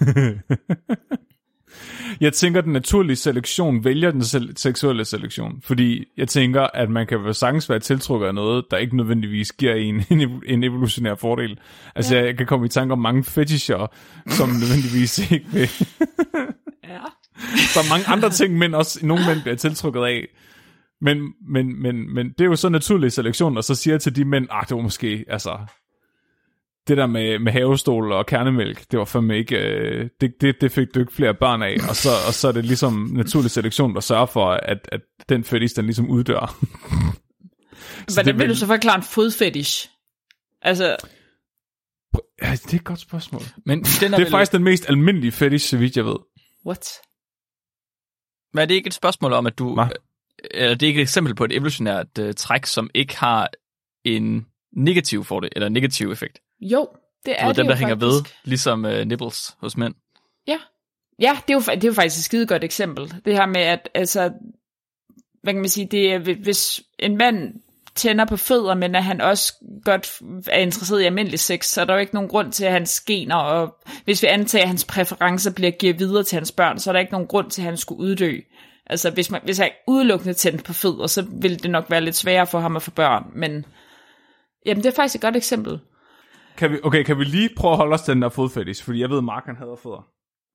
Jeg tænker, at den naturlige selektion vælger den se- seksuelle selektion, fordi jeg tænker, at man kan være sagtens være tiltrukket af noget, der ikke nødvendigvis giver en en, en evolutionær fordel. Altså, ja. Jeg kan komme i tanke om mange fetisher, som nødvendigvis ikke vil. Ja. Der er mange andre ting, men også nogle mænd bliver tiltrukket af. Men, men, men, men det er jo så naturlig selektion, og så siger jeg til de mænd, ah, det var måske, altså... Det der med, med havestol og kernemælk, det var fandme ikke, øh, det, det, det fik du ikke flere børn af, og så, og så er det ligesom naturlig selektion, der sørger for, at, at den fetish, den ligesom uddør. Hvordan vil, vil du så forklare en fodfetish? Altså... Ja, det er et godt spørgsmål. Men den er det er vel... faktisk den mest almindelige fetish, så vidt jeg ved. What? Men er det ikke et spørgsmål om, at du... Hva? Eller det er ikke et eksempel på et evolutionært uh, træk, som ikke har en negativ fordel, eller negativ effekt? Jo, det er ved, det dem, der jo hænger faktisk. ved, ligesom uh, nipples hos mænd. Ja, ja det, er jo, det er jo faktisk et skide godt eksempel. Det her med, at altså, hvad kan man sige, det er, hvis en mand tænder på fødder, men at han også godt er interesseret i almindelig sex, så er der jo ikke nogen grund til, at hans gener, og hvis vi antager, at hans præferencer bliver givet videre til hans børn, så er der ikke nogen grund til, at han skulle uddø. Altså, hvis, man, hvis han udelukkende tændte på fødder, så ville det nok være lidt sværere for ham at få børn, men jamen, det er faktisk et godt eksempel. Kan vi, okay, kan vi lige prøve at holde os til den der fodfetish? Fordi jeg ved, at Mark han hader fødder.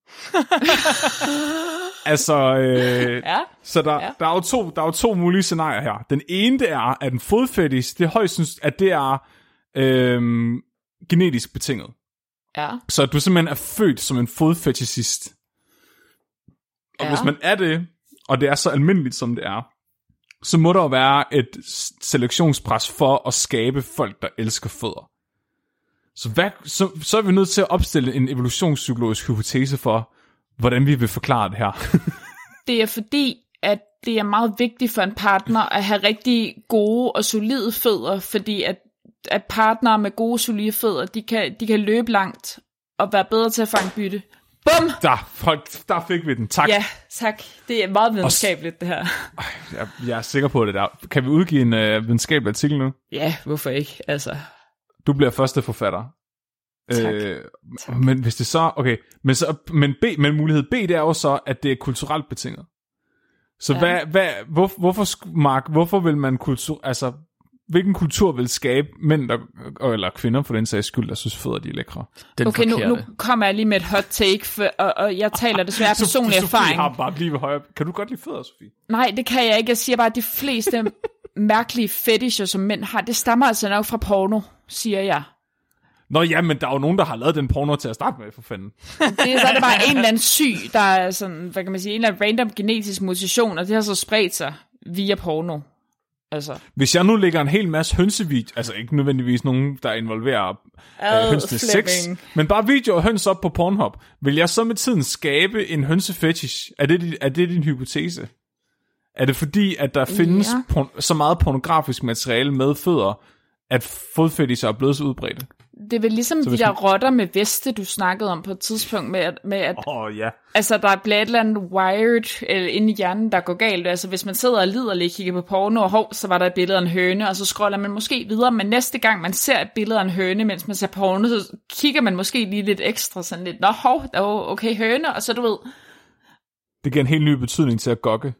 altså, øh, ja. så der, ja. der, er jo to, der er jo to mulige scenarier her. Den ene, det er, at en fodfetish, det er højst synes, at det er øh, genetisk betinget. Ja. Så at du simpelthen er født som en fodfetishist. være. hvis man er det, og det er så almindeligt, som det er, så må der jo være et selektionspres for at skabe folk, der elsker fødder. Så, hvad, så, så er vi nødt til at opstille en evolutionspsykologisk hypotese for, hvordan vi vil forklare det her. Det er fordi, at det er meget vigtigt for en partner at have rigtig gode og solide fødder, fordi at, at partnere med gode, solide fødder, de kan, de kan løbe langt og være bedre til at fange bytte. Bum! Der, folk, der fik vi den. Tak. Ja, tak. Det er meget videnskabeligt, det her. Jeg, jeg er sikker på det der. Kan vi udgive en øh, videnskabelig artikel nu? Ja, hvorfor ikke? Altså. Du bliver første forfatter. Tak. Øh, tak. Men hvis det så, okay, men, så, men, B, men mulighed B, det er jo så, at det er kulturelt betinget. Så ja. hvad, hvad, hvor, hvorfor, Mark, hvorfor vil man kultur, altså, hvilken kultur vil skabe mænd, der, eller kvinder for den sags skyld, der synes fødder, de er lækre? Den okay, nu, forkerte. nu kommer jeg lige med et hot take, for, og, og jeg taler desværre personlig Sofie erfaring. har bare lige ved højre. Kan du godt lide fødder, Sofie? Nej, det kan jeg ikke. Jeg siger bare, at de fleste mærkelige fetisher, som mænd har, det stammer altså nok fra porno, siger jeg. Nå ja, men der er jo nogen, der har lavet den porno til at starte med, for fanden. Det er så er det bare en eller anden syg, der er sådan, hvad kan man sige, en eller anden random genetisk mutation, og det har så spredt sig via porno. Altså. Hvis jeg nu lægger en hel masse hønsevideo, altså ikke nødvendigvis nogen, der involverer øh, hønsenes sex, men bare video og høns op på Pornhub, vil jeg så med tiden skabe en hønsefetish? Er det, er det din hypotese? Er det fordi, at der findes ja. por- så meget pornografisk materiale med fødder, at fodfetisher er blevet så udbredte? Det er vel ligesom så de der man... rotter med veste, du snakkede om på et tidspunkt med, at, med at oh, ja. altså, der bliver et eller andet wired eller inde i hjernen, der går galt. Altså, hvis man sidder og lider lidt, kigger på porno, og hov, så var der et billede af en høne, og så scroller man måske videre, men næste gang man ser et billede af en høne, mens man ser porno, så kigger man måske lige lidt ekstra, sådan lidt, nå, hov, der var okay høne, og så du ved... Det giver en helt ny betydning til at gokke.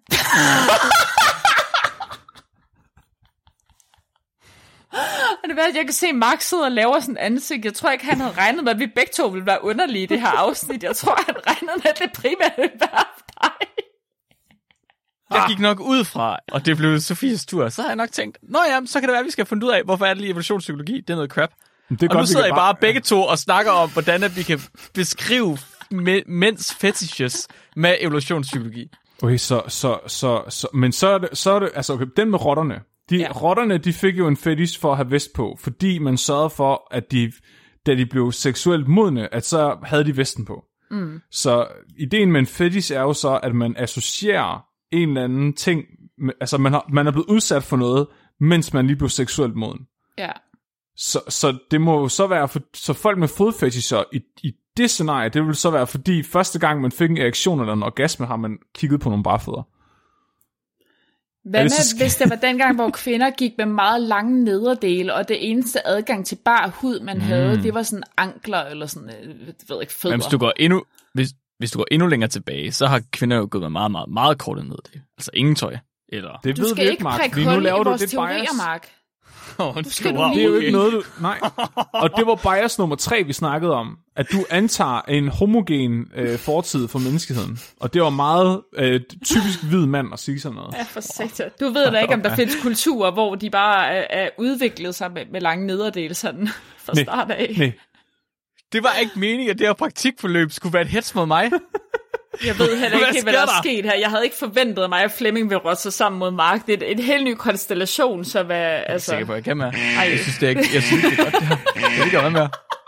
Og det er, at jeg kan se Mark sidde og laver sådan et ansigt. Jeg tror ikke, han havde regnet med, at vi begge to ville være underlige i det her afsnit. Jeg tror, han regnede med, at det primært ville være dig. Jeg gik nok ud fra, og det blev Sofies tur, så har jeg nok tænkt, nå ja, så kan det være, at vi skal finde ud af, hvorfor er det lige evolutionspsykologi? Det er noget crap. Det er og godt, nu sidder I bare, bare begge to og snakker om, hvordan at vi kan beskrive mænds fetishes med evolutionspsykologi. Okay, så, så, så, så, men så er det, så er det altså okay, den med rotterne. De, ja. Rotterne, de fik jo en fetish for at have vest på, fordi man sørgede for, at de, da de blev seksuelt modne, at så havde de vesten på. Mm. Så ideen med en fetish er jo så, at man associerer en eller anden ting, med, altså man, har, man er blevet udsat for noget, mens man lige blev seksuelt moden. Ja. Så, så det må jo så være, for, så folk med fodfetisher i, i det scenarie, det vil så være, fordi første gang man fik en erektion eller en orgasme, har man kigget på nogle barfødder. Hvad med, sk- hvis det var dengang, hvor kvinder gik med meget lange nederdele, og det eneste adgang til bar hud, man mm. havde, det var sådan ankler eller sådan, jeg ved ikke, fødder. Men hvis du går endnu, hvis, hvis du går endnu længere tilbage, så har kvinder jo gået med meget, meget, meget korte nederdele. Altså ingen tøj. Eller... Det du ved skal vi ikke, Mark. Prikke hul i vores teorier, Mark. Oh, du skal du det er jo ikke noget, du... Nej. Og det var bias nummer tre, vi snakkede om. At du antager en homogen øh, fortid for menneskeheden. Og det var meget øh, typisk hvid mand at sige sådan noget. Ja, for sektor. Du ved da ikke, om der findes kulturer, hvor de bare er, er udviklet sig med, med lange nederdele sådan fra nej, start af. Nej. Det var ikke meningen, at det her praktikforløb skulle være et hets mod mig. Jeg ved heller ikke, hvad der er sket her. Jeg havde ikke forventet mig, at Flemming ville rådse sig sammen mod Mark. Det er et, et helt ny konstellation, så hvad... Jeg er altså... sikker på, at jeg kan med. Ej, jeg synes, det er, ikke, jeg synes, det er godt, det her. Jeg vil gøre med.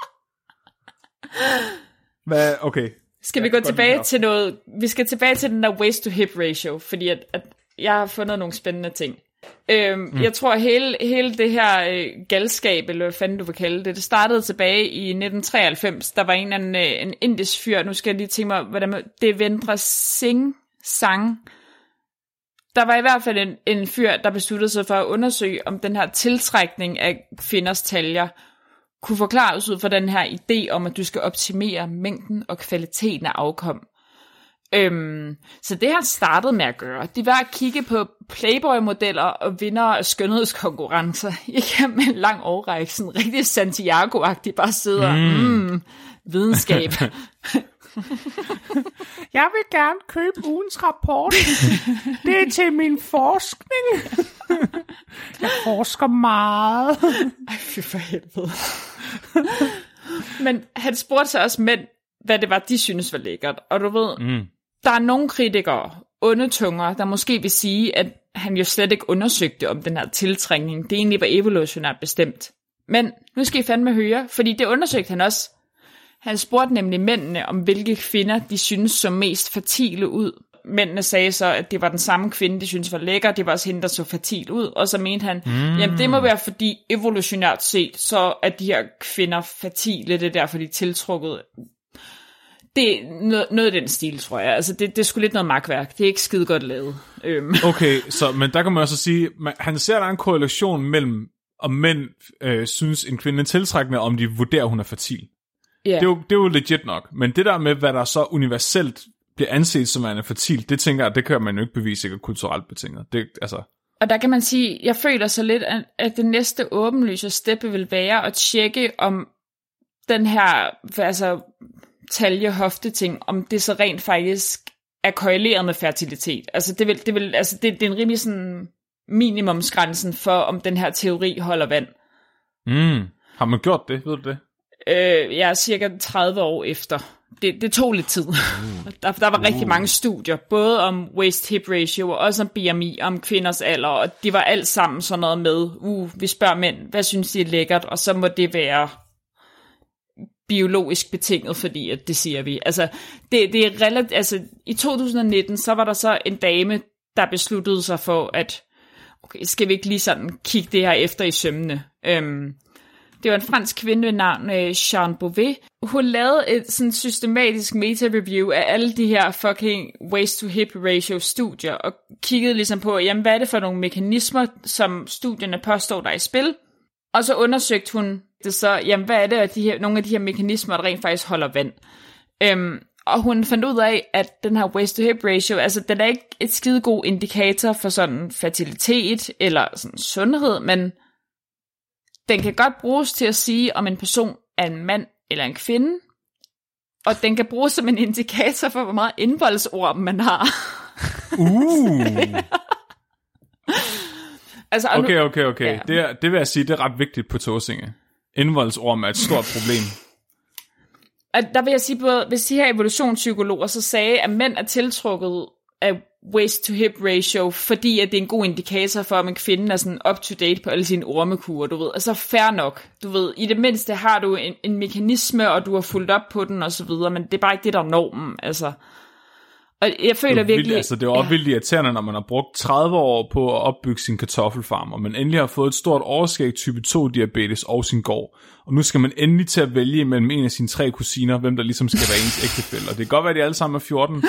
Hvad, okay. Skal vi gå tilbage til noget... Vi skal tilbage til den der waist-to-hip ratio, fordi at, at jeg har fundet nogle spændende ting. Øhm, mm. Jeg tror, hele, hele det her øh, galskab, eller hvad fanden du vil kalde det, det startede tilbage i nitten treoghalvfems. Der var en eller anden øh, en indisk fyr, nu skal jeg lige tænke mig, hvordan Devendra Singh sang. Der var i hvert fald en, en fyr, der besluttede sig for at undersøge, om den her tiltrækning af kvinders taljer kunne forklares ud fra den her idé om, at du skal optimere mængden og kvaliteten af afkom. Øhm, så det han startede med at gøre, det var at kigge på Playboy-modeller og vindere af skønhedskonkurrencer igennem en lang årrække, sådan rigtig Santiago-agtigt, bare sidder, mm. mm, videnskab. Jeg vil gerne købe ugens rapport. Det er til min forskning. Jeg forsker meget. Ej, fy for helvede. Men han spurgte sig også mænd, hvad det var, de synes var lækkert. Og du ved, mm. Der er nogle kritikere, onde tunger, der måske vil sige, at han jo slet ikke undersøgte, om den her tiltrængning, det egentlig var evolutionært bestemt. Men nu skal I fandme høre, fordi det undersøgte han også. Han spurgte nemlig mændene, om hvilke kvinder de synes så mest fertile ud. Mændene sagde så, at det var den samme kvinde, de synes var lækker, det var også hende, der så fertil ud. Og så mente han, mm. jamen det må være, fordi evolutionært set, så er de her kvinder fertile, det er derfor, de er tiltrukket. Det er noget, noget af den stil, tror jeg. Altså, det, det er sgu lidt noget magtværk. Det er ikke skide godt lavet. Øhm. Okay, så, men der kan man også sige, man, han ser, der er en korrelation mellem, om mænd øh, synes, en kvinde er tiltrækkende, om de vurderer, hun er fertil. Yeah. Det, er jo, det er jo legit nok. Men det der med, hvad der så universelt bliver anset som værende fertil, det tænker jeg, det kan man jo ikke bevise, ikke kulturelt betinget. Det, altså. Og der kan man sige, jeg føler så lidt, at, at det næste åbenlyse step vil være at tjekke, om den her, altså talje-hofte-ting, om det så rent faktisk er korreleret med fertilitet. Altså det, vil, det, vil, altså det, det er en rimelig sådan minimumsgrænsen for, om den her teori holder vand. Mm. Har man gjort det? Ved du det? Øh, jeg er cirka tredive år efter. Det, det tog lidt tid. Uh. Der, der var uh. rigtig mange studier, både om waist-hip ratio, og også om B M I, om kvinders alder, og det var alt sammen sådan noget med, uh, vi spørger mænd, hvad synes de er lækkert, og så må det være biologisk betinget, fordi at det siger vi. Altså, det, det er relativt, altså, i to tusind nitten, så var der så en dame, der besluttede sig for, at okay, skal vi ikke lige sådan kigge det her efter i sømmene. Øhm, det var en fransk kvinde ved navn øh, Jean Beauvais. Hun lavede et sådan systematisk meta-review af alle de her fucking waist-to-hip ratio studier, og kiggede ligesom på, jamen, hvad er det for nogle mekanismer, som studierne påstår, der er i spil. Og så undersøgte hun det så, jamen, hvad er det, at de her, nogle af de her mekanismer, der rent faktisk holder vand. Øhm, og hun fandt ud af, at den her waist-to-hip ratio, altså den er ikke et skide god indikator for sådan fertilitet eller sådan sundhed, men den kan godt bruges til at sige, om en person er en mand eller en kvinde, og den kan bruges som en indikator for, hvor meget indvoldsorm man har. Uh. Altså, okay, okay, okay. Ja. Det, er, det vil jeg sige, det er ret vigtigt på Tåsinge. Indvoldsorm er et stort problem. Og der vil jeg sige, både, hvis de her evolutionspsykologer så sagde, at mænd er tiltrukket af waist-to-hip ratio, fordi at det er en god indikator for, om en kvinde er sådan up-to-date på alle sine ormekurer, du ved. Altså fair nok, du ved. I det mindste har du en, en mekanisme, og du har fulgt op på den, og så videre, men det er bare ikke det, der er normen, altså. Og jeg føler det virkelig... Vildt, altså, det er jo også ja. vildt irriterende, når man har brugt tredive år på at opbygge sin kartoffelfarm, og man endelig har fået et stort overskæg type to diabetes og sin gård. Og nu skal man endelig til at vælge mellem en af sine tre kusiner, hvem der ligesom skal være ens ægtefælle. Og det kan godt være, at de alle sammen er fjorten.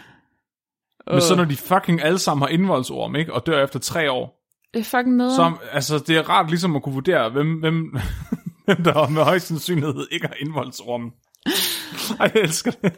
Men så når de fucking alle sammen har indvoldsorm, ikke? Og dør efter tre år. Det er fucking noget. Så, altså, det er rart ligesom at kunne vurdere, hvem, hvem, hvem der med højst sandsynlighed ikke har indvoldsorm. Ej, jeg elsker det.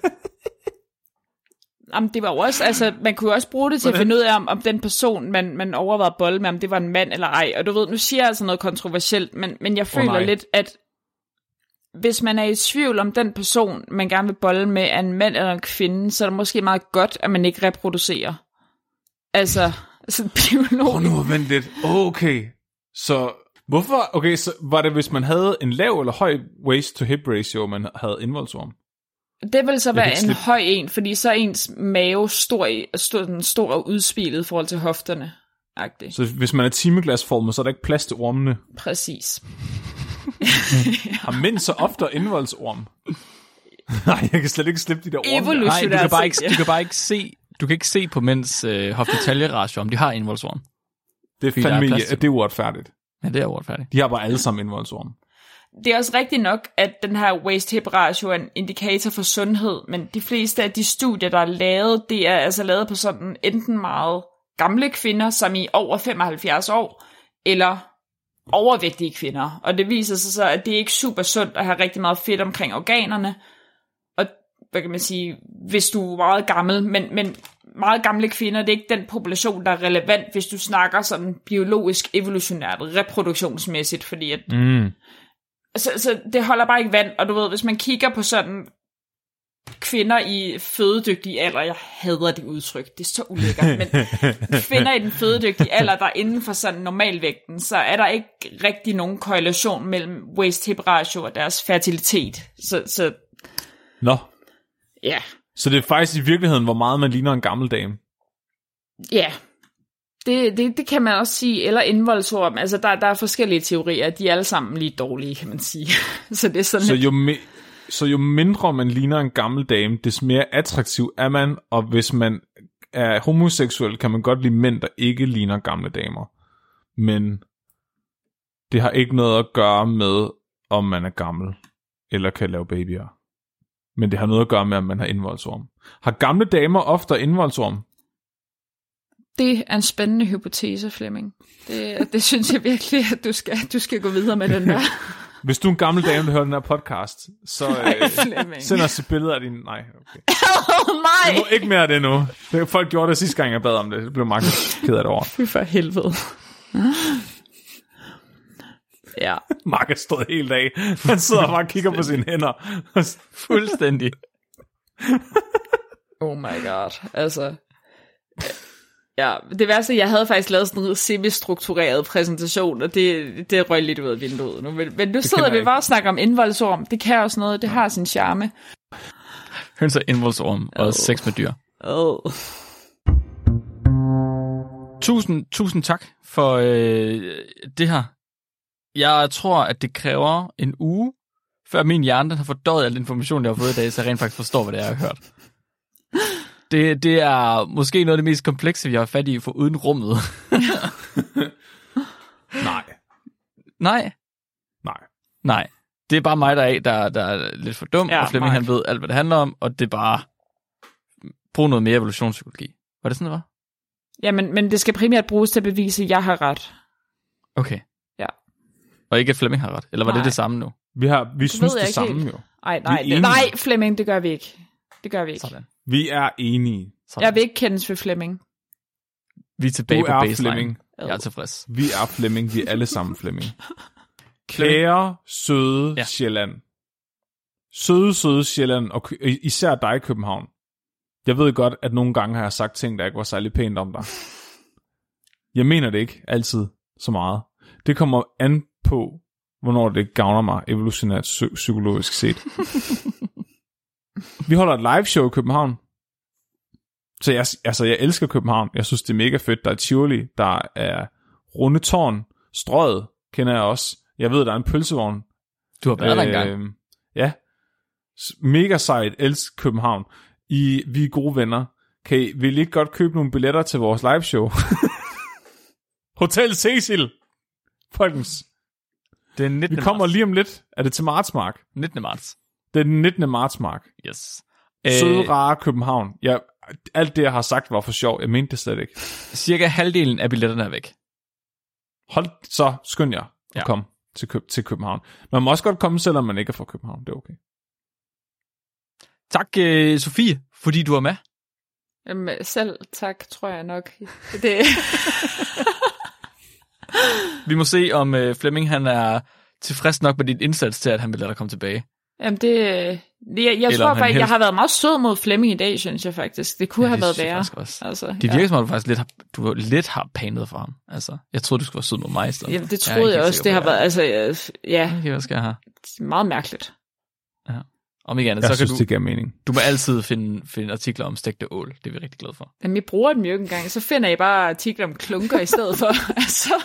Jamen, det var jo også, altså, man kunne også bruge det til Hvordan? at finde ud af, om, om den person, man, man overvejede bolle med, om det var en mand eller ej. Og du ved, nu siger jeg altså noget kontroversielt, men, men jeg føler oh, lidt, at hvis man er i tvivl om den person, man gerne vil bolle med, er en mand eller en kvinde, så er det måske meget godt, at man ikke reproducerer. Altså, altså biolog. Åh, nu vent lidt. Okay, så hvorfor, okay, så var det, hvis man havde en lav eller høj waist-to-hip ratio, man havde indvoldsorm? Det vil så være en slippe. høj en, fordi så er ens mave stor, stor, stor og udspilet i forhold til hofterne. -agtigt. Så hvis man er timeglasformet, så er der ikke plads til ormene? Præcis. Har mænd så ofte indvoldsorm? Nej, jeg kan slet ikke slippe de der orme. Nej, du kan bare ikke, du kan bare ikke se, du kan ikke se på mænds øh, hofdetaljeratio, om de har indvoldsorm. Det er fandme, det er uretfærdigt. Ja, det er uretfærdigt. De har bare alle sammen indvoldsorm. Det er også rigtigt nok, at den her waist-hip ratio er en indikator for sundhed, men de fleste af de studier, der er lavet, det er altså lavet på sådan enten meget gamle kvinder, som i over femoghalvfjerds år, eller overvægtige kvinder. Og det viser sig så, at det er ikke super sundt at have rigtig meget fedt omkring organerne. Og hvad kan man sige, hvis du er meget gammel, men, men meget gamle kvinder, det er ikke den population, der er relevant, hvis du snakker sådan biologisk, evolutionært, reproduktionsmæssigt, fordi at mm. Så, så det holder bare ikke vand, og du ved, hvis man kigger på sådan kvinder i fødedygtig alder, jeg hader det udtryk, det er så ulækkert, men kvinder i den fødedygtige alder, der er inden for sådan normalvægten, så er der ikke rigtig nogen korrelation mellem waist-hip ratio og deres fertilitet. Så, så Nå. Ja. Så det er faktisk i virkeligheden, hvor meget man ligner en gammel dame. Ja, det, det, det kan man også sige, eller indvoldsorm. Altså, der, der er forskellige teorier, de er alle sammen lige dårlige, kan man sige. Så det er sådan Så lidt... jo, me- så jo mindre man ligner en gammel dame, des mere attraktiv er man, og hvis man er homoseksuel, kan man godt lide mænd, der ikke ligner gamle damer. Men det har ikke noget at gøre med, om man er gammel, eller kan lave babyer. Men det har noget at gøre med, om man har indvoldsorm. Har gamle damer ofte indvoldsorm? Det er en spændende hypotese, Flemming. Det, det synes jeg virkelig, at du skal, du skal gå videre med den der. Hvis du er en gammel dame, der hører den her podcast, så øh, send os et billede af din... Nej, okay. Åh, oh, nej! Jeg må ikke mere af det nu. Det, folk gjorde det sidste gang, jeg bad om det. Det blev meget ked af det over. Fy for helvede. Ja. Mark er stået hele dag. Han sidder og bare og kigger på sine hænder. Fuldstændig. Oh my god. Altså... Ja, det værste, jeg havde faktisk lavet sådan en semi-struktureret præsentation, og det, det røg lidt ud af vinduet nu. Men, men nu sidder vi bare og snakker om indvoldsorm. Det kan også noget, det har sin charme. Hønser, indvoldsorm og oh. sex med dyr. Oh. Tusind, tusind tak for øh, det her. Jeg tror, at det kræver en uge, før min hjerne den har fordøjet al information, jeg har fået i dag, så jeg rent faktisk forstår, hvad det er, jeg har hørt. Det, det er måske noget af det mest komplekse, vi har fat i for uden rummet. Nej. Nej? Nej. Nej. Det er bare mig, der er, der, der er lidt for dum, ja, og Flemming han ved alt, hvad det handler om, og det er bare brug noget mere evolutionspsykologi. Var det sådan, det var? Ja, men, men det skal primært bruges til at bevise, at jeg har ret. Okay. Ja. Og ikke, at Flemming har ret? Eller var nej. det det samme nu? Vi, har, vi synes det samme helt. jo. Ej, nej, det, nej, Flemming, det gør vi ikke. Det gør vi ikke. Sådan. Vi er enige. Sådan. Jeg vil ikke kendes ved Flemming. Vi er tilbage du på er baseline. Flemming. Jeg er tilfreds. Vi er Flemming. Vi er alle sammen Flemming. Kære, søde ja. Sjælland. Søde, søde Sjælland, og især dig, København. Jeg ved godt, at nogle gange har jeg sagt ting, der ikke var særlig pænt om dig. Jeg mener det ikke altid så meget. Det kommer an på, hvornår det gavner mig evolutionært psy- psykologisk set. Vi holder et live show i København. Så jeg, altså, jeg elsker København. Jeg synes, det er mega fedt. Der er Tivoli, der er Rundetårn, Strøget kender jeg også. Jeg ved, der er en pølsevogn. Du har været øh, der engang. Ja. Mega sejt. Elsk København. I, vi er gode venner. Kan I, vil I ikke godt købe nogle billetter til vores live show? Hotel Cecil. Folkens. Det er nittende Vi kommer marts. lige om lidt. Er det til marts, Mark? nittende marts. Det er den nittende marts, Mark. Yes. Søde, Øh, rare København. Jeg, alt det, jeg har sagt, var for sjov. Jeg mente det slet ikke. Cirka halvdelen af billetterne er væk. Hold så, skynd jer at Ja. komme til, Køb, til København. Man må også godt komme, selvom man ikke er fra København. Det er okay. Tak, øh, Sofie, fordi du var med. Jamen, selv tak, tror jeg nok. Det... Vi må se, om øh, Flemming han er tilfreds nok med din indsats til, at han vil lade dig komme tilbage. Jamen, det... det jeg jeg tror han faktisk, helst- jeg har været meget sød mod Flemming i dag, synes jeg faktisk. Det kunne Ja, have det været synes jeg værre. faktisk også. Altså, Det virker ja. som om, du faktisk lidt har, du lidt har panet for ham. Altså, jeg troede, du skulle være sød mod mig i stedet. Jamen, det Jeg er troede ikke jeg helt også. sikker Det på, har jeg været, er. altså, øh, ja, Okay, hvad skal jeg have? meget mærkeligt. Om ikke andet, Jeg så kan synes, du, det giver mening. du må altid finde, finde artikler om stegte ål. Det er vi rigtig glade for. Jamen, jeg bruger dem jo ikke engang. Så finder jeg bare artikler om klunker i stedet for. Altså,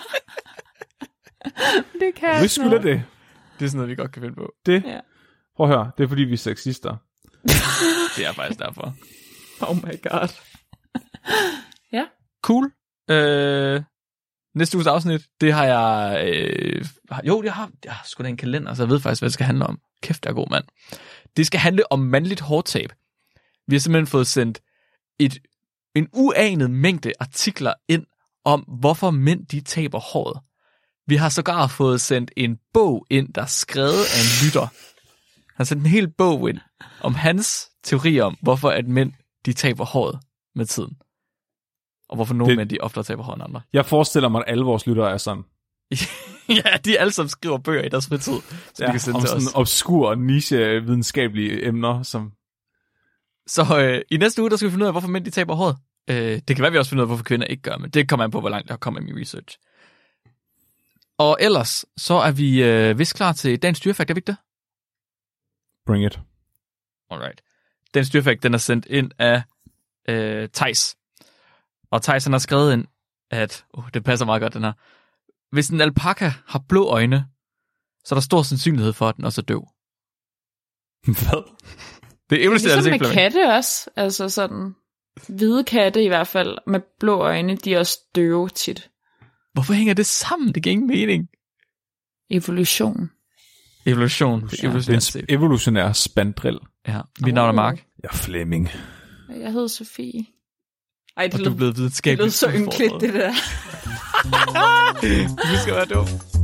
det kan Hvis skulle det. Det er sådan noget, vi godt kan finde på. Det. Ja. Prøv at høre. Det er fordi, vi er sexister. Det er faktisk derfor. Oh my god. Ja. Cool. Øh, næste uges afsnit, det har jeg... Øh, har- jo, jeg har, jeg har sgu da en kalender, så jeg ved faktisk, hvad det skal handle om. Kæft, jeg er god, mand. Det skal handle om mandligt hårtab. Vi har simpelthen fået sendt et, en uanet mængde artikler ind om, hvorfor mænd de taber håret. Vi har sågar fået sendt en bog ind, der er skrevet af en lytter. Han har sendt en hel bog ind om hans teori om, hvorfor at mænd de taber håret med tiden. Og hvorfor nogle Det- mænd de oftere taber håret end andre. Jeg forestiller mig, at alle vores lyttere er sådan. Ja, de alle sammen skriver bøger i deres fritid, så ja, de kan sende om til sådan os. obskur, niche-videnskabelige emner, som... Så øh, i næste uge, der skal vi finde ud af, hvorfor mænd de taber håret. Øh, det kan være, vi også finder ud af, hvorfor kvinder ikke gør, men det kommer an på, hvor langt jeg kommer i min research. Og ellers, så er vi øh, vist klar til dagens dyrefakt, er vi ikke det? Bring it. Alright. Den styrfakt, den er sendt ind af øh, Theis. Og Theis, han har skrevet ind, at, uh, det passer meget godt, den her. Hvis en alpaka har blå øjne, så er der stor sandsynlighed for, at den også er døv. Hvad? Det er evolutionært ligesom set, med Flemming. katte også. Altså sådan, hvide katte i hvert fald, med blå øjne, de er også døve tit. Hvorfor hænger det sammen? Det giver ingen mening. Evolution. Evolution. Det er Det er evolutionært en set. evolutionær spandrill. Ja, mit navn er Mark. Jeg er Flemming. Jeg hedder Sofie. Ej, det Og du lød, er blevet det videnskabeligt lød så ynkeligt, udfordret. det der. Du skal være dum.